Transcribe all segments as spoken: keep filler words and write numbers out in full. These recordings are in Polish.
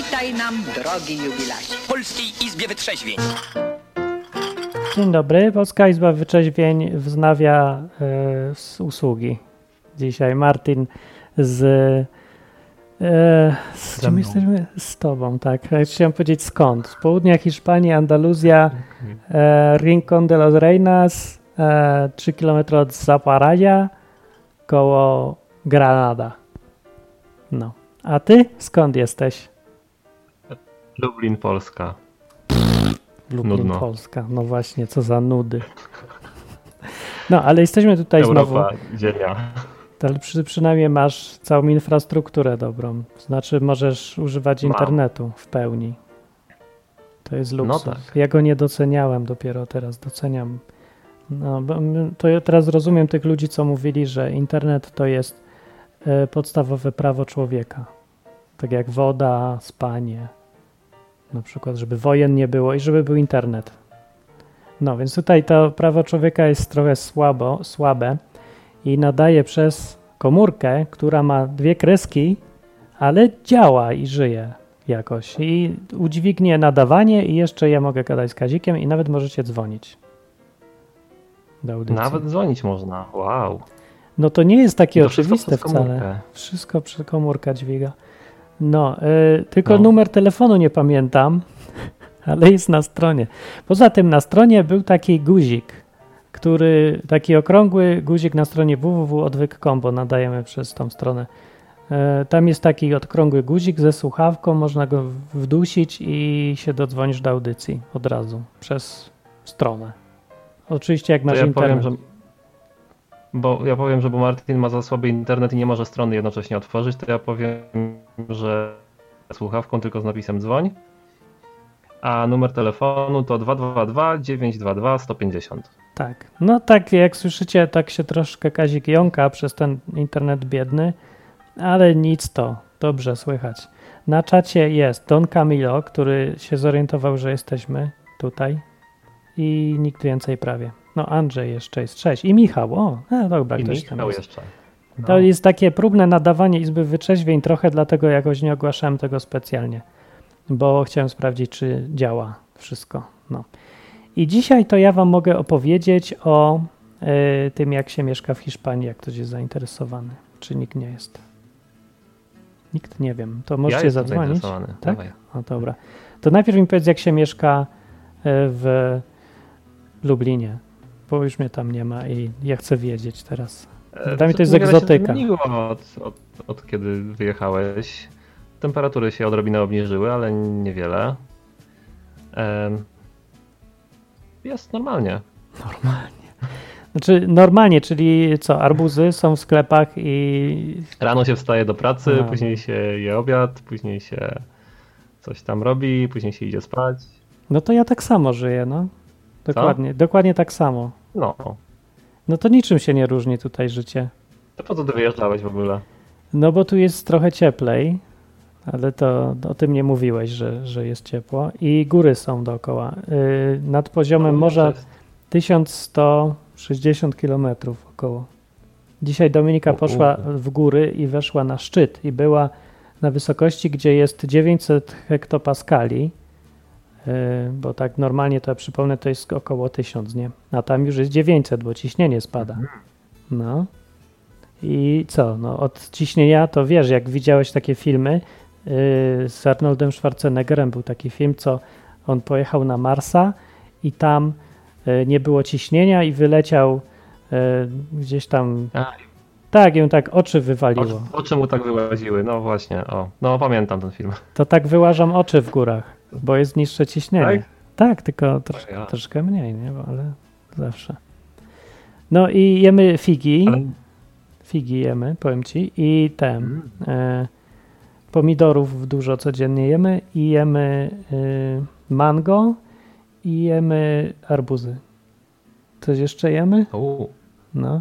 Witaj nam, drogi jubilacie. W Polskiej Izbie Wytrzeźwień. Dzień dobry. Polska Izba Wytrzeźwień wznawia y, usługi. Dzisiaj Martin z... Y, z czym jesteśmy? Z tobą, tak. Ja chciałem powiedzieć skąd. Z południa Hiszpanii, Andaluzja, y, Rincón de los Reinas, y, trzy kilometry od Zaparalla, koło Granada. No. A ty skąd jesteś? Lublin, Polska. Lublin, Nudno. Polska. No właśnie, co za nudy. No, ale jesteśmy tutaj Europa, znowu. Ziemia. Ale przy, przynajmniej masz całą infrastrukturę dobrą. Znaczy możesz używać Mam. internetu w pełni. To jest luksus. No tak. Ja go nie doceniałem, dopiero teraz doceniam. No, bo to ja teraz rozumiem tych ludzi, co mówili, że internet to jest e, podstawowe prawo człowieka. Tak jak woda, spanie. Na przykład, żeby wojen nie było i żeby był internet. No, więc tutaj to prawo człowieka jest trochę słabo, słabe i nadaje przez komórkę, która ma dwie kreski, ale działa i żyje jakoś. I udźwignie nadawanie i jeszcze ja mogę gadać z Kazikiem i nawet możecie dzwonić. Do audycji. Nawet dzwonić można. Wow. No to nie jest takie I to wszystko oczywiste przez wcale. komórkę. Wszystko przez komórka dźwiga. No, y, tylko No. numer telefonu nie pamiętam, ale jest na stronie. Poza tym na stronie był taki guzik, który, taki okrągły guzik na stronie w w w kropka odwyk kropka com, bo nadajemy przez tą stronę. Y, tam jest taki okrągły guzik ze słuchawką, można go wdusić i się dodzwonisz do audycji od razu przez stronę. Oczywiście jak To masz ja internet. powiem, że... Bo ja powiem, że bo Martin ma za słaby internet i nie może strony jednocześnie otworzyć, to ja powiem, że słuchawką tylko z napisem dzwoń, a numer telefonu to dwa dwa dwa dziewięć dwa dwa sto pięćdziesiąt. Tak, no tak jak słyszycie, tak się troszkę Kazik jąka przez ten internet biedny, ale nic to, dobrze słychać. Na czacie jest Don Camilo, który się zorientował, że jesteśmy tutaj i nikt więcej prawie. No Andrzej jeszcze jest, cześć. I Michał, o, no dobra, I ktoś tam Michał jest. jeszcze. No. To jest takie próbne nadawanie Izby Wytrzeźwień trochę, dlatego jakoś nie ogłaszałem tego specjalnie, bo chciałem sprawdzić, czy działa wszystko. No. I dzisiaj to ja wam mogę opowiedzieć o y, tym, jak się mieszka w Hiszpanii, jak ktoś jest zainteresowany. Czy nikt nie jest? Nikt? Nie wiem. To możecie ja jestem zadzwonić. zainteresowany. Tak? Dawaj. O, dobra. To najpierw mi powiedz, jak się mieszka y, w Lublinie, bo już mnie tam nie ma i ja chcę wiedzieć teraz. E, Dla mnie to jest niewiele egzotyka. się zmieniło od, od, od kiedy wyjechałeś. Temperatury się odrobinę obniżyły, ale niewiele. Em, Jest normalnie. Normalnie. Znaczy normalnie, czyli co, arbuzy są w sklepach i... Rano się wstaje do pracy, A. później się je obiad, później się coś tam robi, później się idzie spać. No to ja tak samo żyję, no. Dokładnie, dokładnie tak samo. No, No to niczym się nie różni tutaj życie. to po co ty wyjeżdżałeś w ogóle? No bo tu jest trochę cieplej, ale to o tym nie mówiłeś, że, że jest ciepło. I góry są dookoła. Yy, nad poziomem No, morza to jest- tysiąc sto sześćdziesiąt kilometrów około. Dzisiaj Dominika O poszła kurde. w góry i weszła na szczyt i była na wysokości, gdzie jest dziewięćset hektopaskali, yy, bo tak normalnie to ja przypomnę, to jest około tysiąc, nie? A tam już jest dziewięćset, bo ciśnienie spada. No. I co? No od ciśnienia to wiesz, jak widziałeś takie filmy yy, z Arnoldem Schwarzeneggerem, był taki film, co on pojechał na Marsa i tam yy, nie było ciśnienia i wyleciał yy, gdzieś tam, A, tak, i on tak oczy wywaliło. o, oczy mu tak wyłaziły, no właśnie, o. No pamiętam ten film. To tak wyłażam oczy w górach, bo jest niższe ciśnienie. Tak? Tak, tylko trosz, ja. troszkę mniej, nie? Bo, ale zawsze. No i jemy figi. Ale... Figi jemy, powiem ci, i ten Mm. e, pomidorów dużo codziennie jemy i jemy e, mango i jemy arbuzy. Coś jeszcze jemy? U, No.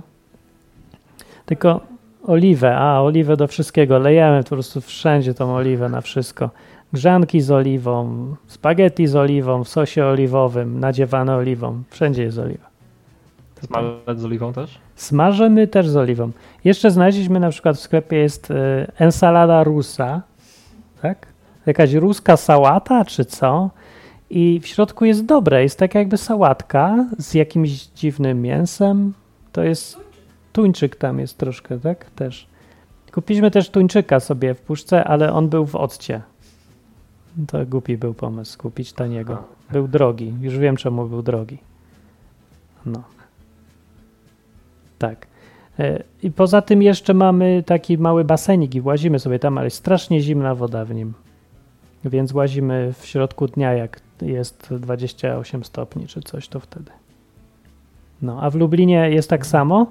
Tylko oliwę, a oliwę do wszystkiego. Lejemy po prostu wszędzie tą oliwę na wszystko. Grzanki z oliwą, spaghetti z oliwą, w sosie oliwowym, nadziewane oliwą. Wszędzie jest oliwa. smalec z oliwą też? Smażymy też z oliwą. Jeszcze znaleźliśmy na przykład w sklepie jest e, ensalada rusa, tak? jakaś ruska sałata czy co i w środku jest dobre, jest taka jakby sałatka z jakimś dziwnym mięsem. To jest tuńczyk tam jest troszkę, tak? Też. Kupiliśmy też tuńczyka sobie w puszce, ale on był w occie. To głupi był pomysł kupić taniego. Był drogi. Już wiem, czemu był drogi. No. Tak. I poza tym jeszcze mamy taki mały basenik i łazimy sobie tam, ale jest strasznie zimna woda w nim. Więc łazimy w środku dnia, jak jest dwadzieścia osiem stopni czy coś, to wtedy. No, a w Lublinie jest tak samo?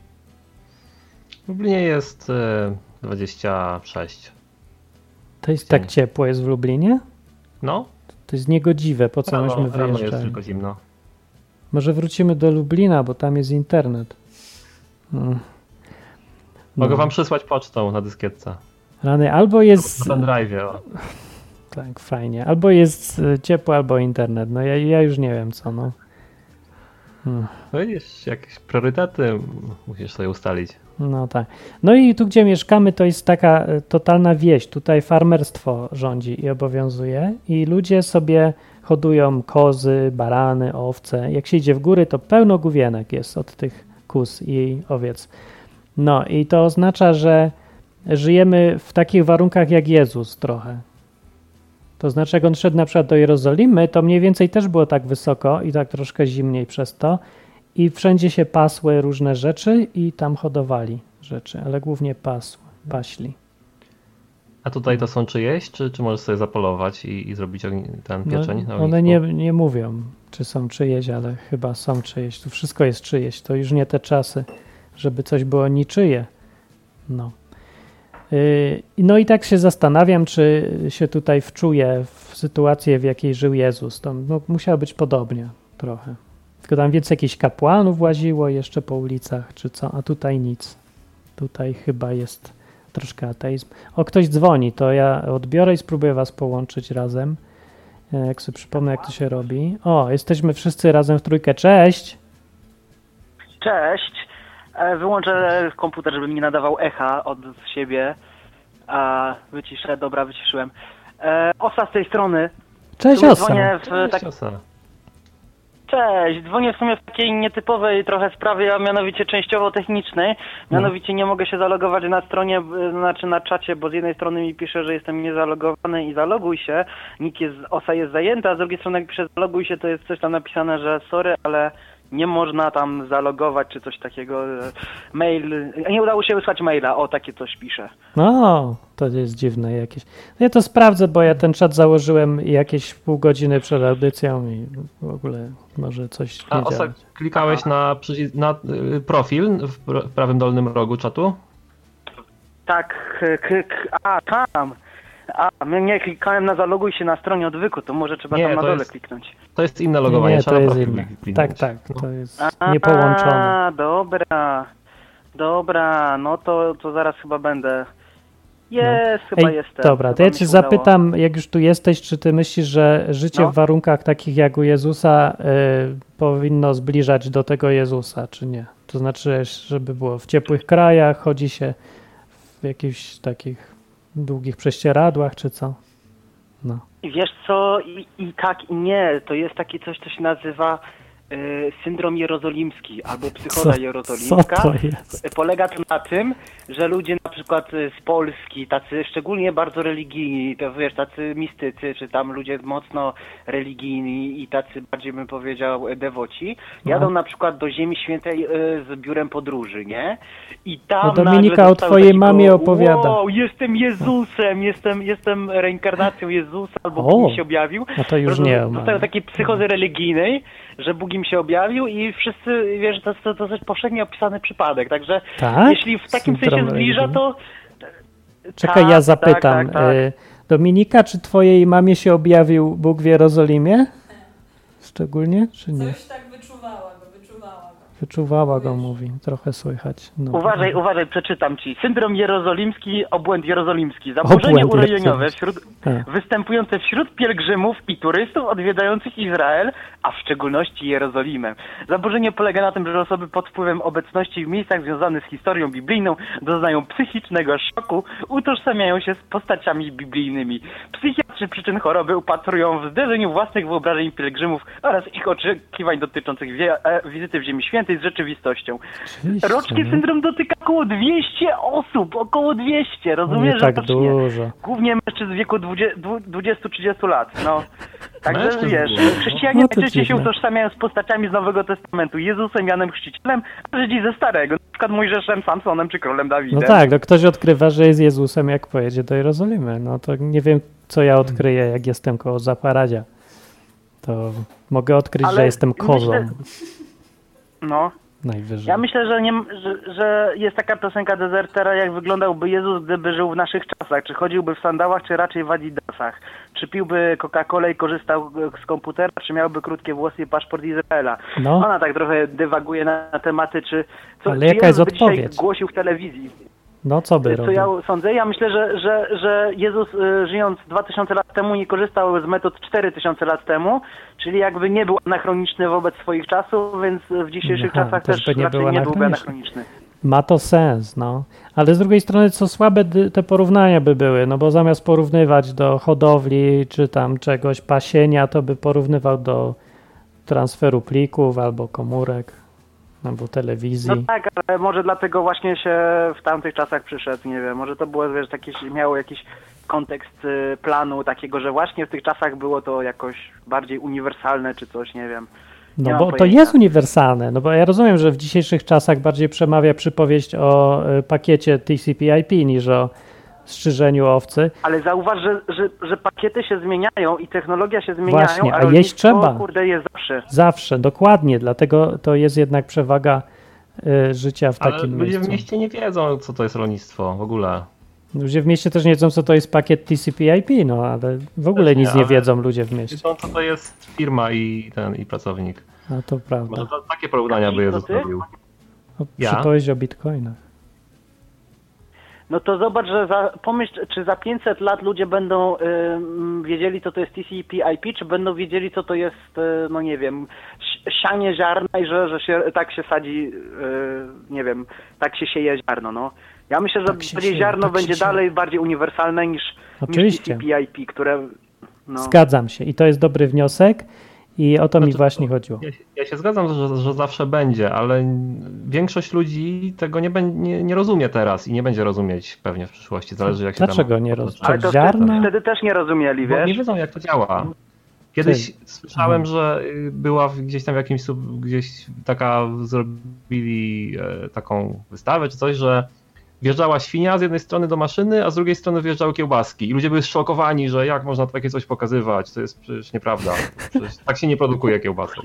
W Lublinie jest dwadzieścia sześć. To jest tak ciepło jest w Lublinie? No. To jest niegodziwe, po co myśmy wyjeżdżali. Rano jest tylko zimno. Może wrócimy do Lublina, bo tam jest internet. Hmm. Mogę No. wam przysłać pocztą na dyskietce. Rany, albo jest... Na pendrive'ie. O. Tak, fajnie. Albo jest ciepło, albo internet. No ja, ja już nie wiem co, no. Hmm. No widzisz, jakieś priorytety musisz sobie ustalić. No tak. No i tu, gdzie mieszkamy, to jest taka totalna wieś. Tutaj farmerstwo rządzi i obowiązuje i ludzie sobie hodują kozy, barany, owce. Jak się idzie w góry, to pełno główienek jest od tych kóz i owiec. No i to oznacza, że żyjemy w takich warunkach jak Jezus trochę. To znaczy, jak on szedł na przykład do Jerozolimy, to mniej więcej też było tak wysoko i tak troszkę zimniej przez to i wszędzie się pasły różne rzeczy i tam hodowali rzeczy, ale głównie pasły, paśli. A tutaj to są czyjeś, czy, czy możesz sobie zapolować i, i zrobić ogni- ten pieczeń? No, na one ognisku? nie, nie mówią, czy są czyjeś, ale chyba są czyjeś. Tu wszystko jest czyjeś. To już nie te czasy, żeby coś było niczyje. No. Yy, no i tak się zastanawiam, czy się tutaj wczuję w sytuację, w jakiej żył Jezus. To no, musiało być podobnie trochę. Tylko tam więcej jakichś kapłanów łaziło jeszcze po ulicach, czy co, a tutaj nic. Tutaj chyba jest troszkę ateizm. O, ktoś dzwoni, to ja odbiorę i spróbuję was połączyć razem. Jak sobie przypomnę, jak to się robi. O, jesteśmy wszyscy razem w trójkę. Cześć! Cześć! E, Wyłączę komputer, żeby mi nie nadawał echa od siebie. A wyciszę, dobra, wyciszyłem. E, Osa z tej strony. Cześć, Tu Osa! dzwonię w, Cześć, tak, Osa. Cześć! Dzwonię w sumie w takiej nietypowej trochę sprawie, a mianowicie częściowo technicznej. Mianowicie nie mogę się zalogować na stronie, b- znaczy na czacie, bo z jednej strony mi pisze, że jestem niezalogowany i zaloguj się. Nick jest, Osa jest zajęta, a z drugiej strony jak pisze zaloguj się, to jest coś tam napisane, że sorry, ale nie można tam zalogować czy coś takiego. e, Mail, nie udało się wysłać maila, o takie coś pisze. No, to jest dziwne jakieś. No ja to sprawdzę, bo ja ten czat założyłem jakieś pół godziny przed audycją i w ogóle może coś nie A Osa, działać. klikałeś na, przycis- na y, profil w, pr- w prawym dolnym rogu czatu? Tak, k, k, k, a tam. A, nie, klikałem na zaloguj się na stronie odwyku, to może trzeba Nie, tam na to dole jest- kliknąć. To jest inne logowanie, Nie, trzeba to na jest profil inne. kliknąć. Tak, tak, No. to jest A, niepołączone. dobra, dobra, no to, to zaraz chyba będę. Jest, chyba Ej, jestem. dobra, Chyba to ja mi cię się udało. zapytam, jak już tu jesteś, czy ty myślisz, że życie No. w warunkach takich jak u Jezusa y, powinno zbliżać do tego Jezusa, czy nie? To znaczy, żeby było w ciepłych krajach, chodzi się w jakichś takich długich prześcieradłach, czy co? No. I wiesz co, i, i tak i nie, to jest takie coś, co się nazywa y, syndrom jerozolimski albo psychoza Co, co jerozolimska. to jest? Polega to na tym, że ludzie na przykład y, z Polski, tacy szczególnie bardzo religijni, to wiesz, tacy mistycy, czy tam ludzie mocno religijni i tacy bardziej bym powiedział e, dewoci, jadą na przykład do Ziemi Świętej y, z biurem podróży, nie? I tam No Dominika nagle o dostają twojej takiego, mamie opowiada. Wow, jestem Jezusem, jestem, jestem reinkarnacją Jezusa, albo O, Bóg mi się objawił. no to już Roz- nie, Dostają mam. takiej psychozy religijnej, że Bóg im się objawił i wszyscy, wiesz, to, to, to jest powszechnie opisany przypadek, także Tak? jeśli w takim Syndrom sensie zbliża, religijny? to... Czekaj, Tak, ja tak, zapytam. tak, tak. y, Dominika, czy twojej mamie się objawił Bóg w Jerozolimie? Szczególnie, czy nie? Coś tak wyczuwała go, wyczuwała go. Wyczuwała go, mówi. Trochę słychać. No. Uważaj, uważaj, przeczytam ci. Syndrom jerozolimski, obłęd jerozolimski. Zaburzenie Obłęd urojeniowe jerozolimski. wśród, A. występujące wśród pielgrzymów i turystów odwiedzających Izrael, a w szczególności Jerozolimę. Zaburzenie polega na tym, że osoby pod wpływem obecności w miejscach związanych z historią biblijną doznają psychicznego szoku, utożsamiają się z postaciami biblijnymi. Psychiatrzy najprostszych przyczyn choroby upatrują w zderzeniu własnych wyobrażeń pielgrzymów oraz ich oczekiwań dotyczących wie- e, wizyty w Ziemi Świętej z rzeczywistością. Oczywiście, Rocznie no. syndrom dotyka około dwieście osób, około dwieście, rozumiesz? Nie tak rocznie. dużo. Głównie mężczyzn w wieku dwudziestu do trzydziestu lat, no. Także Mężczyzn wiesz, głównie. chrześcijanie No to najczęściej się dziwne. utożsamiają z postaciami z Nowego Testamentu, Jezusem, Janem Chrzcicielem, a Żydzi ze Starego, na przykład Mojżeszem, Samsonem czy Królem Dawidem. No tak, no ktoś odkrywa, że jest Jezusem, jak pojedzie do Jerozolimy. No to nie wiem, co ja odkryję, jak jestem koło Zaparadzia. To mogę odkryć, Ale że jestem kozą. myślę- No. Najwyżej. Ja myślę, że, nie, że, że jest taka piosenka Dezertera, jak wyglądałby Jezus, gdyby żył w naszych czasach. Czy chodziłby w sandałach, czy raczej w adidasach? Czy piłby Coca-Colę i korzystał z komputera, czy miałby krótkie włosy i paszport Izraela? No. Ona tak trochę dywaguje na, na tematy, czy co, Ale czy jaka jest Jezus by dzisiaj odpowiedź? głosił w telewizji. No co by Co robił? ja sądzę? Ja myślę, że, że, że Jezus y, żyjąc dwa tysiące lat temu nie korzystał z metod cztery tysiące lat temu, czyli jakby nie był anachroniczny wobec swoich czasów, więc w dzisiejszych Aha, czasach też też, by nie raczej był nie byłby anachroniczny. anachroniczny. Ma to sens, no. Ale z drugiej strony, co słabe dy- te porównania by były, no bo zamiast porównywać do hodowli, czy tam czegoś pasienia, to by porównywał do transferu plików, albo komórek, albo telewizji. No tak, ale może dlatego właśnie się w tamtych czasach przyszedł, nie wiem, może to było, wiesz, takie, miało jakiś kontekst y, planu takiego, że właśnie w tych czasach było to jakoś bardziej uniwersalne czy coś, nie wiem. No Nie mam bo to pojęcia. jest uniwersalne, no bo ja rozumiem, że w dzisiejszych czasach bardziej przemawia przypowieść o y, pakiecie T C P I P niż o strzyżeniu owcy. Ale zauważ, że, że, że pakiety się zmieniają i technologia się zmieniają, Właśnie, a a jeść rolnictwo, trzeba. kurde, jest zawsze. Zawsze, dokładnie, dlatego to jest jednak przewaga y, życia w Ale takim ludzie miejscu. w mieście nie wiedzą, co to jest rolnictwo w ogóle. Ludzie w mieście też nie wiedzą, co to jest pakiet T C P I P, no ale w ogóle Też nie, nic nie ale- wiedzą ludzie w mieście. Wiedzą, co to jest firma i ten i pracownik. No to prawda. Może to, takie porównania by I Jezus to ty? zrobił. O, Ja? przypowieść o bitcoinach. No to zobacz, że za, pomyśl, czy za pięćset lat ludzie będą ym, wiedzieli, co to jest T C P I P, czy będą wiedzieli, co to jest, y, no nie wiem, si- sianie ziarna i że, że się, tak się sadzi, y, nie wiem, tak się sieje ziarno, no. Ja myślę, że Tak się bardziej sieje, ziarno tak się będzie sieje. dalej bardziej uniwersalne niż, niż Oczywiście. T C P I P, które, no... Zgadzam się i to jest dobry wniosek i o to mi Znaczy, właśnie chodziło. Ja, się- ja się zgadzam, że, że zawsze będzie, ale większość ludzi tego nie, bę- nie, nie rozumie teraz i nie będzie rozumieć pewnie w przyszłości. Zależy jak się Dlaczego tam nie roz- potoczy. Ale to ziarna? wtedy, wtedy też nie rozumieli, Bo wiesz? nie wiedzą jak to działa. Kiedyś Ty. słyszałem, Aha. że y, była w- gdzieś tam w jakimś sub- gdzieś taka zrobili e, taką wystawę czy coś, że wjeżdżała świnia z jednej strony do maszyny, a z drugiej strony wjeżdżały kiełbaski. I ludzie byli zszokowani, że jak można takie coś pokazywać, to jest przecież nieprawda. Przecież tak się nie produkuje kiełbasy.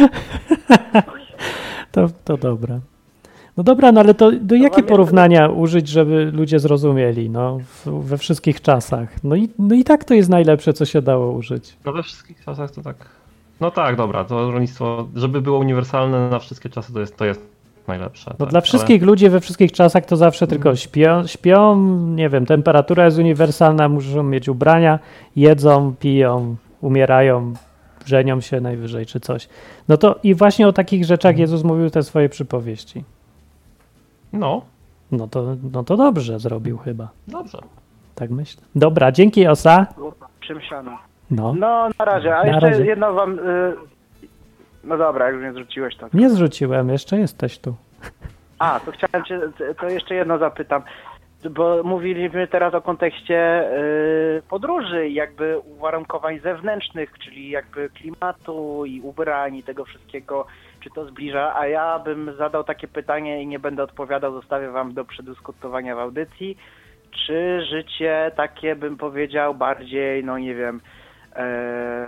To, to dobra. No dobra, no ale to do jakie mamy- porównania użyć, żeby ludzie zrozumieli, no, w, we wszystkich czasach? No i, no i tak to jest najlepsze, co się dało użyć. No we wszystkich czasach to tak. No tak, dobra, to rolnictwo, żeby było uniwersalne na wszystkie czasy, to jest, to jest najlepsze. No tak, dla wszystkich ludzi we wszystkich czasach to zawsze tylko śpią, śpią, nie wiem, temperatura jest uniwersalna, muszą mieć ubrania, jedzą, piją, umierają, żenią się najwyżej czy coś. No to i właśnie o takich rzeczach Jezus mówił te swoje przypowieści. Ale... No, No to, no to dobrze zrobił chyba, dobrze. tak myślę. Dobra, dzięki Osa. Przemyślano. No, No, na razie. A Na jeszcze razie. jedno wam... Y... No dobra, jak już nie zwróciłeś, to... nie zrzuciłem, jeszcze jesteś tu. A, to chciałem cię, to jeszcze jedno zapytam, bo mówiliśmy teraz o kontekście y, podróży i jakby uwarunkowań zewnętrznych, czyli jakby klimatu i ubrań i tego wszystkiego, czy to zbliża, a ja bym zadał takie pytanie i nie będę odpowiadał, zostawię wam do przedyskutowania w audycji, czy życie takie, bym powiedział, bardziej, no nie wiem, e,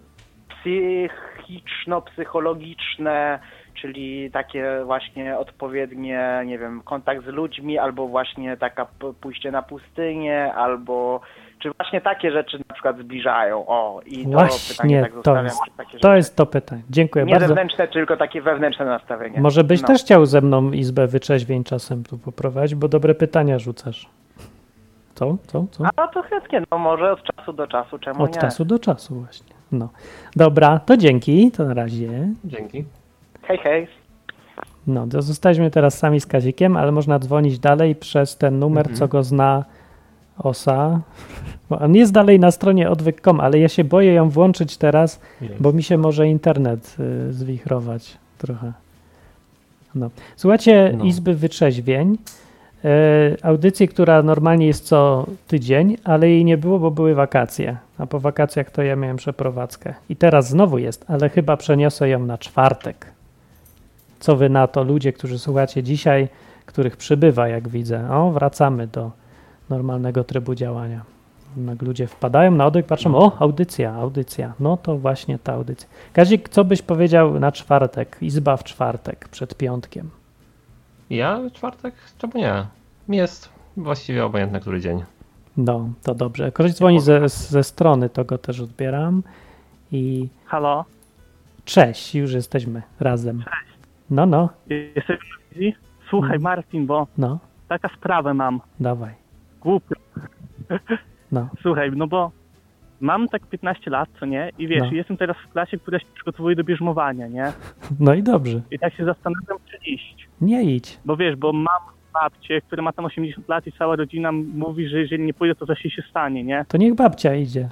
psychiczno-psychologiczne, czyli takie właśnie odpowiednie, nie wiem, kontakt z ludźmi, albo właśnie taka p- pójście na pustynię, albo czy właśnie takie rzeczy na przykład zbliżają. O, i to Właśnie pytanie tak to zostawiam. jest- czy takie To rzeczy. jest to pytanie. Dziękuję Nie bardzo. zewnętrzne, tylko takie wewnętrzne nastawienie. Może byś No. też chciał ze mną Izbę Wyczeźwień czasem tu poprowadzić, bo dobre pytania rzucasz. Co? Co? Co? A to chętnie, no może od czasu do czasu, czemu Od nie? czasu do czasu właśnie. No. Dobra, to dzięki, to na razie. Dzięki. Hej, hej. No, to zostaliśmy teraz sami z Kazikiem, ale można dzwonić dalej przez ten numer, Mhm. co go zna Osa. Bo on jest dalej na stronie odwyk kropka com, ale ja się boję ją włączyć teraz, bo mi się może internet y, zwichrować trochę. No. Słuchajcie, No. Izby Wytrzeźwień. Y, audycji, która normalnie jest co tydzień, ale jej nie było, bo były wakacje. A po wakacjach to ja miałem przeprowadzkę. I teraz znowu jest, ale chyba przeniosę ją na czwartek. Co wy na to, ludzie, którzy słuchacie dzisiaj, których przybywa, jak widzę. O, wracamy do normalnego trybu działania. Jak ludzie wpadają na oddech, patrzą, o, audycja, audycja. No to właśnie ta audycja. Kazik, co byś powiedział na czwartek? Izba w czwartek, przed piątkiem. Ja w czwartek? Czemu nie? Mi jest właściwie obojętny, który dzień. No, to dobrze. Ktoś dzwoni ze, ze strony, to go też odbieram. I Halo? cześć, już jesteśmy razem. Cześć. No, no, Jesteś w telewizji? Słuchaj, Marcin, bo no, taka sprawę mam. dawaj. Głupio. No, Słuchaj, no bo mam tak piętnaście lat, co nie? I wiesz, No. jestem teraz w klasie, która się przygotowuje do bierzmowania, nie? no i dobrze. I tak się zastanawiam, czy iść. Nie idź. Bo wiesz, bo mam babcię, która ma tam osiemdziesiąt lat i cała rodzina mówi, że jeżeli nie pójdę, to coś jej się stanie, nie? To niech babcia idzie.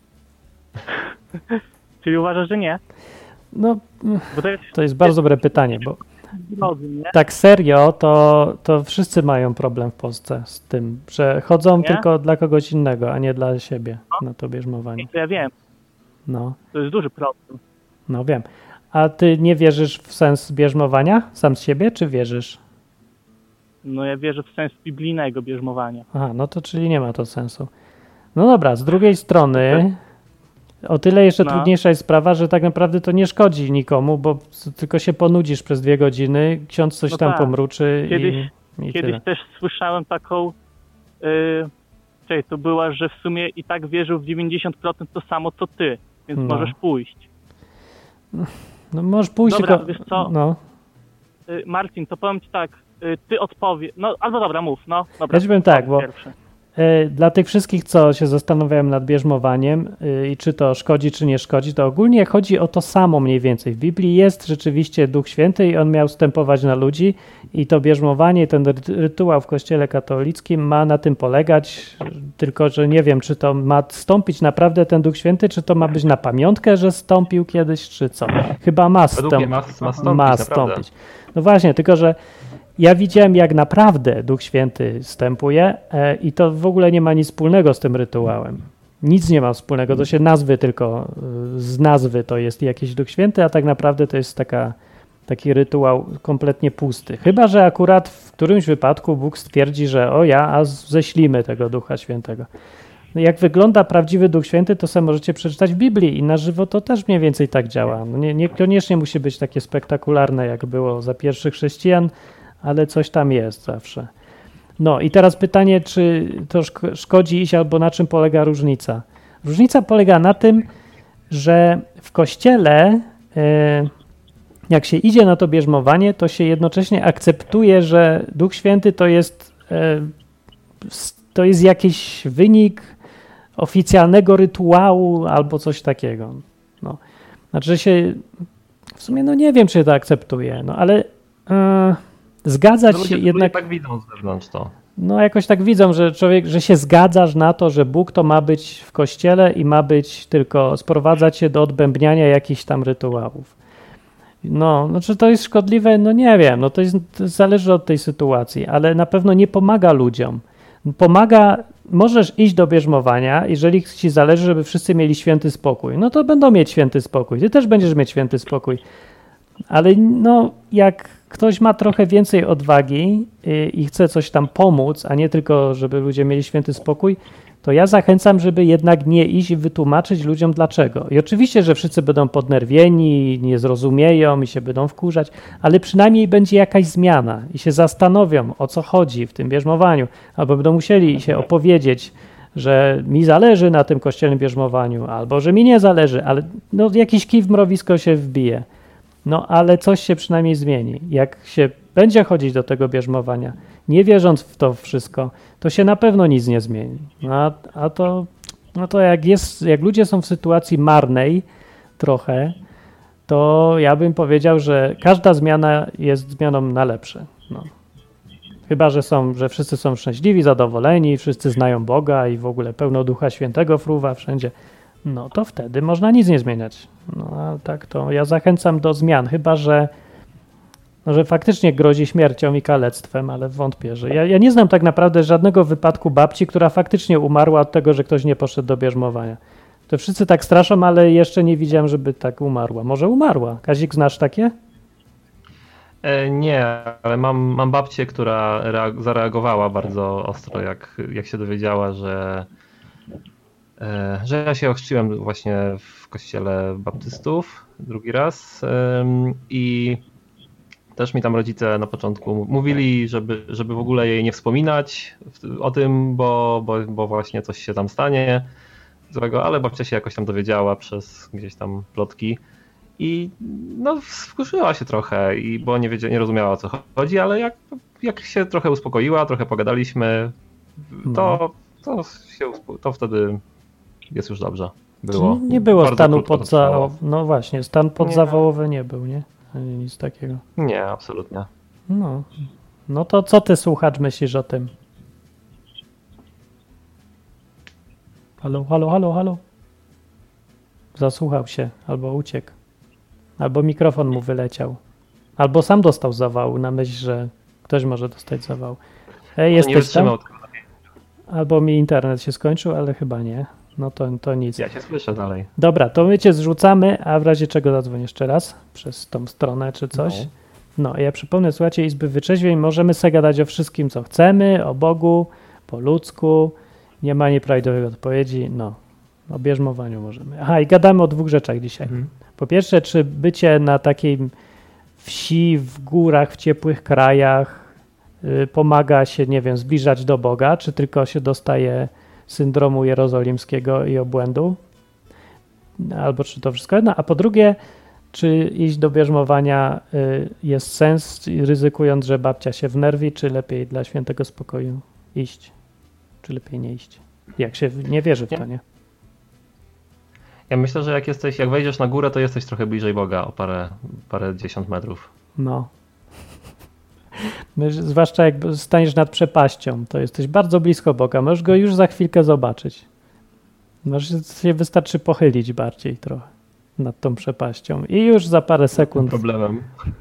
Czyli uważasz, że nie? No, Bo to jest to jest bardzo dobre pytanie, bo drodzy, nie? tak serio, to, to wszyscy mają problem w Polsce z tym, że chodzą Nie? tylko dla kogoś innego, a nie dla siebie na to bierzmowanie. To ja wiem, No, to jest duży problem. no wiem. A ty nie wierzysz w sens bierzmowania sam z siebie, czy wierzysz? No ja wierzę w sens biblijnego bierzmowania. Aha, no to czyli nie ma to sensu. No dobra, z drugiej strony o tyle jeszcze No. trudniejsza jest sprawa, że tak naprawdę to nie szkodzi nikomu, bo tylko się ponudzisz przez dwie godziny, ksiądz coś No tam tak. pomruczy Kiedyś- i, i Kiedyś tyle. też słyszałem taką, yy, czekaj, to była, że w sumie i tak wierzył w dziewięćdziesiąt procent to samo co ty, więc No. możesz pójść. No możesz pójść Dobra, tylko... wiesz co? No. Yy, Marcin, to powiem ci tak, yy, ty odpowie, no albo dobra, mów, no. Dobra, Ja ci powiem tak, powiedz bo pierwszy. e, dla tych wszystkich, co się zastanawiają nad bierzmowaniem e, i czy to szkodzi, czy nie szkodzi, to ogólnie chodzi o to samo mniej więcej. W Biblii jest rzeczywiście Duch Święty i on miał wstępować na ludzi i to bierzmowanie, ten ry- rytuał w Kościele katolickim ma na tym polegać, tylko że nie wiem, czy to ma stąpić naprawdę ten Duch Święty, czy to ma być na pamiątkę, że stąpił kiedyś, czy co. Chyba ma Według mnie stąpić. ma, ma stąpić, Ma naprawdę. stąpić. No właśnie, tylko że ja widziałem, jak naprawdę Duch Święty wstępuje e, i to w ogóle nie ma nic wspólnego z tym rytuałem. Nic nie ma wspólnego, to się nazwy tylko, y, z nazwy to jest jakiś Duch Święty, a tak naprawdę to jest taka, taki rytuał kompletnie pusty. Chyba że akurat w którymś wypadku Bóg stwierdzi, że o ja, a ześlimy tego Ducha Świętego. No jak wygląda prawdziwy Duch Święty, to sobie możecie przeczytać w Biblii i na żywo to też mniej więcej tak działa. No nie, niekoniecznie musi być takie spektakularne, jak było za pierwszych chrześcijan, ale coś tam jest zawsze. No i teraz pytanie, czy to szk- szkodzi iść, albo na czym polega różnica? Różnica polega na tym, że w Kościele, e, jak się idzie na to bierzmowanie, to się jednocześnie akceptuje, że Duch Święty to jest, e, s- to jest jakiś wynik oficjalnego rytuału albo coś takiego. No. Znaczy, że się w sumie, no nie wiem, czy się to akceptuje, no ale e, zgadzać Ludzie, się ludzie jednak, tak widzą z zewnątrz to. no jakoś tak widzą, że człowiek, że się zgadzasz na to, że Bóg to ma być w kościele i ma być tylko sprowadzać się do odbębniania jakichś tam rytuałów. No, no czy to jest szkodliwe? No nie wiem, no to, jest, to zależy od tej sytuacji, ale na pewno nie pomaga ludziom. Pomaga, możesz iść do bierzmowania, jeżeli ci zależy, żeby wszyscy mieli święty spokój, no to będą mieć święty spokój, ty też będziesz mieć święty spokój, ale no jak ktoś ma trochę więcej odwagi i, i chce coś tam pomóc, a nie tylko, żeby ludzie mieli święty spokój, to ja zachęcam, żeby jednak nie iść i wytłumaczyć ludziom dlaczego. I oczywiście, że wszyscy będą podnerwieni, nie zrozumieją i się będą wkurzać, ale przynajmniej będzie jakaś zmiana i się zastanowią, o co chodzi w tym bierzmowaniu, albo będą musieli się opowiedzieć, że mi zależy na tym kościelnym bierzmowaniu, albo że mi nie zależy, ale no, jakiś kij w mrowisko się wbije. No ale coś się przynajmniej zmieni. Jak się będzie chodzić do tego bierzmowania, nie wierząc w to wszystko, to się na pewno nic nie zmieni. No, a, a to, no to jak jest, jak ludzie są w sytuacji marnej trochę, to ja bym powiedział, że każda zmiana jest zmianą na lepsze. No. Chyba, że są, że wszyscy są szczęśliwi, zadowoleni, wszyscy znają Boga i w ogóle pełno Ducha Świętego fruwa wszędzie. No to wtedy można nic nie zmieniać. No a tak to ja zachęcam do zmian, chyba że, no, że faktycznie grozi śmiercią i kalectwem, ale wątpię, że ja, ja nie znam tak naprawdę żadnego wypadku babci, która faktycznie umarła od tego, że ktoś nie poszedł do bierzmowania. To wszyscy tak straszą, ale jeszcze nie widziałem, żeby tak umarła. Może umarła. Kazik, znasz takie? E, nie, ale mam, mam babcię, która reag- zareagowała bardzo ostro, jak, jak się dowiedziała, że, e, że ja się ochrzciłem właśnie w kościele baptystów drugi raz em, i też mi tam rodzice na początku mówili, żeby, żeby w ogóle jej nie wspominać o tym, bo, bo, bo właśnie coś się tam stanie złego, ale babcia się jakoś tam dowiedziała przez gdzieś tam plotki i no wkurzyła się trochę, i bo nie, wiedziała, nie rozumiała, o co chodzi, ale jak, jak się trochę uspokoiła, trochę pogadaliśmy, to, to, się, uspo- to wtedy jest już dobrze. Było. Nie było Bardzo stanu krótko to podza... trwało. No właśnie, stan Nie. podzawałowy nie był, nie? Ani nic takiego. Nie, absolutnie. No. No to co ty, słuchacz, myślisz o tym? Halo, halo, halo, halo. Zasłuchał się, albo uciekł. Albo mikrofon mu wyleciał. Albo sam dostał zawału na myśl, że ktoś może dostać zawału. Ej, Nie jesteś tam? wytrzymał tego. Albo mi internet się skończył, ale chyba nie. No to, to nic. Ja się słyszę dalej. Dobra, to my cię zrzucamy, a w razie czego zadzwoń jeszcze raz przez tą stronę czy coś. No. No, ja przypomnę, słuchajcie, Izby Wytrzeźwień, możemy sobie gadać o wszystkim, co chcemy, o Bogu, po ludzku, nie ma nieprawidłowej odpowiedzi, no, o bierzmowaniu możemy. Aha, i gadamy o dwóch rzeczach dzisiaj. Mhm. Po pierwsze, czy bycie na takiej wsi, w górach, w ciepłych krajach y, pomaga się, nie wiem, zbliżać do Boga, czy tylko się dostaje syndromu jerozolimskiego i obłędu, albo czy to wszystko jedno, a po drugie, czy iść do bierzmowania y, jest sens, ryzykując, że babcia się wnerwi, czy lepiej dla świętego spokoju iść, czy lepiej nie iść, jak się nie wierzy w to, nie? Ja myślę, że jak jesteś, jak wejdziesz na górę, to jesteś trochę bliżej Boga o parę, parę dziesiąt metrów. No. My, zwłaszcza jak staniesz nad przepaścią, to jesteś bardzo blisko Boga, możesz go już za chwilkę zobaczyć. Możesz się wystarczy pochylić bardziej trochę nad tą przepaścią i już za parę sekund. Problemem.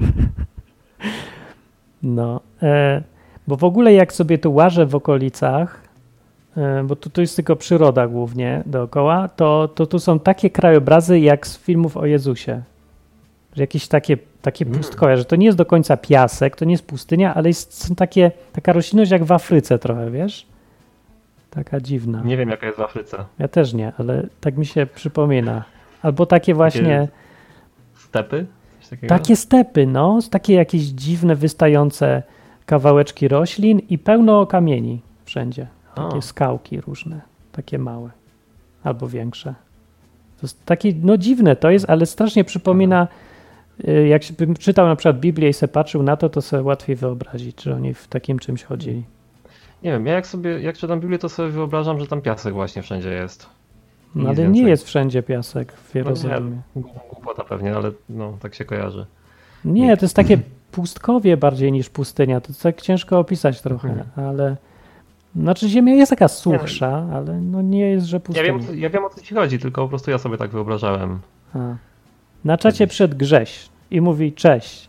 No, e, bo w ogóle jak sobie tu łażę w okolicach, e, bo tu, tu jest tylko przyroda głównie dookoła, to, to tu są takie krajobrazy jak z filmów o Jezusie. Że jakieś takie, takie Mm. pustkowie, że to nie jest do końca piasek, to nie jest pustynia, ale jest, są takie, taka roślinność jak w Afryce trochę, wiesz? Taka dziwna. Nie wiem, jaka jest w Afryce. Ja też nie, ale tak mi się przypomina. Albo takie właśnie... Stepy? Coś takiego? Takie stepy, no, takie jakieś dziwne, wystające kawałeczki roślin i pełno kamieni wszędzie. Takie O. skałki różne, takie małe albo większe. To jest takie, no dziwne to jest, ale strasznie przypomina, y, jak się- bym czytał na przykład Biblię i se patrzył na to, to sobie łatwiej wyobrazić, że oni w takim czymś chodzili. Nie wiem, ja jak sobie, jak czytam Biblię, to sobie wyobrażam, że tam piasek właśnie wszędzie jest. No, Nic ale więcej. nie jest wszędzie piasek w No Jerozolimie. nie, głupota pewnie, ale no, tak się kojarzy. Nie, to jest takie pustkowie bardziej niż pustynia. To tak ciężko opisać trochę, Mhm. ale... Znaczy ziemia jest taka suchsza, ale no nie jest, że Ja pustynia. wiem, ja wiem, o co ci chodzi, tylko po prostu ja sobie tak wyobrażałem. A. Na czacie przed Grześ i mówi cześć.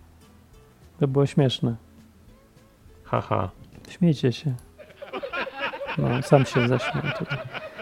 To było śmieszne. Haha. Śmiejcie się. No, sam się zaśmiał tutaj.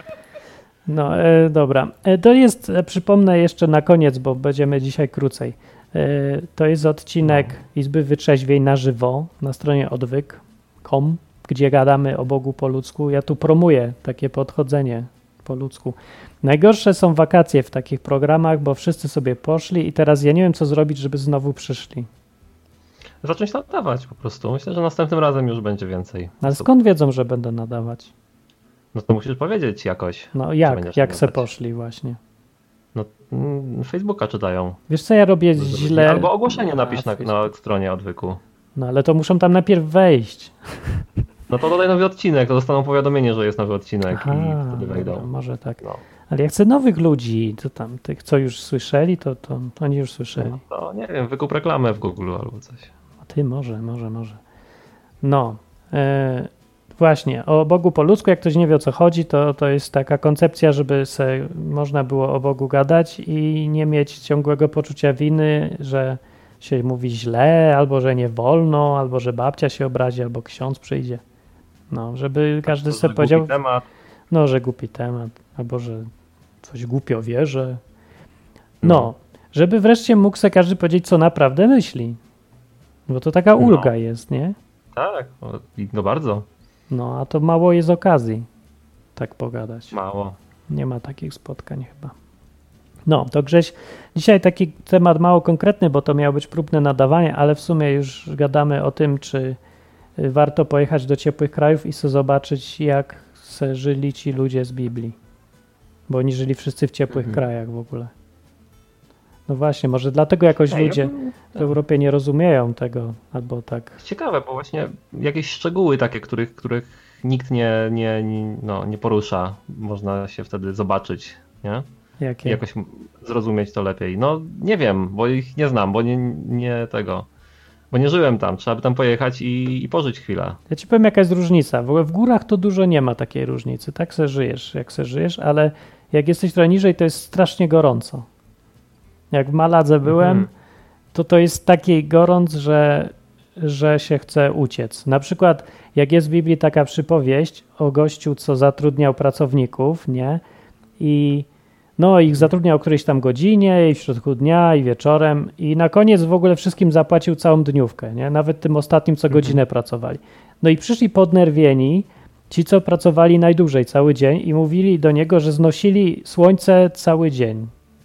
No, e, dobra. E, to jest, e, przypomnę jeszcze na koniec, bo będziemy dzisiaj krócej. E, to jest odcinek Izby Wytrzeźwień na żywo na stronie odwyk kropka com, gdzie gadamy o Bogu po ludzku. Ja tu promuję takie podchodzenie po ludzku. Najgorsze są wakacje w takich programach, bo wszyscy sobie poszli i teraz ja nie wiem, co zrobić, żeby znowu przyszli. Zacząć nadawać po prostu. Myślę, że następnym razem już będzie więcej. Ale osób. skąd wiedzą, że będę nadawać? No to musisz powiedzieć jakoś. No co jak, będziesz jak se nadawać. poszli właśnie. No, mm, Facebooka czytają. Wiesz co, ja robię źle. Albo ogłoszenie napisz A, na, na stronie odwyku. No ale to muszą tam najpierw wejść. No to dodaj nowy odcinek, to dostaną powiadomienie, że jest nowy odcinek Aha, i wtedy dobra, wejdą. może tak. No. Ale ja chcę nowych ludzi, to tam, tych, co już słyszeli, to, to oni już słyszeli. No to nie wiem, wykup reklamę w Google albo coś. A ty może, może, może. No, e, właśnie, o Bogu po ludzku, jak ktoś nie wie o co chodzi, to, to jest taka koncepcja, żeby se można było o Bogu gadać i nie mieć ciągłego poczucia winy, że się mówi źle, albo że nie wolno, albo że babcia się obrazi, albo ksiądz przyjdzie. No, żeby każdy To, sobie że powiedział, głupi temat. no, że głupi temat, albo że coś głupio wierzy. No, No. żeby wreszcie mógł sobie każdy powiedzieć, co naprawdę myśli. Bo to taka No. ulga jest, nie? Tak, no, i no bardzo No, a to mało jest okazji tak pogadać. mało. Nie ma takich spotkań chyba. No, to Grześ, dzisiaj taki temat mało konkretny, bo to miało być próbne nadawanie, ale w sumie już gadamy o tym, czy y, warto pojechać do ciepłych krajów i sobie zobaczyć, jak se żyli ci ludzie z Biblii. Bo oni żyli wszyscy w ciepłych Mhm. krajach w ogóle. No właśnie, może dlatego jakoś Ej, ludzie ja bym- w Europie nie rozumieją tego, albo tak. Ciekawe, bo właśnie jakieś szczegóły takie, których, których nikt nie, nie, nie, no, nie porusza, można się wtedy zobaczyć, nie? I Jakie? jakoś m- zrozumieć to lepiej. No nie wiem, bo ich nie znam, bo nie, nie tego, bo nie żyłem tam, trzeba by tam pojechać i, i pożyć chwilę. Ja ci powiem, jaka jest różnica. W ogóle w górach to dużo nie ma takiej różnicy. Tak se żyjesz, jak se żyjesz, ale jak jesteś trochę niżej, to jest strasznie gorąco. Jak w Maladze byłem, Mhm. to to jest taki gorąc, że, że się chce uciec. Na przykład, jak jest w Biblii taka przypowieść o gościu, co zatrudniał pracowników, nie? I no, ich zatrudniał o którejś tam godzinie i w środku dnia i wieczorem i na koniec w ogóle wszystkim zapłacił całą dniówkę, nie? Nawet tym ostatnim, co godzinę pracowali. No i przyszli podnerwieni ci, co pracowali najdłużej, cały dzień i mówili do niego, że znosili słońce cały dzień.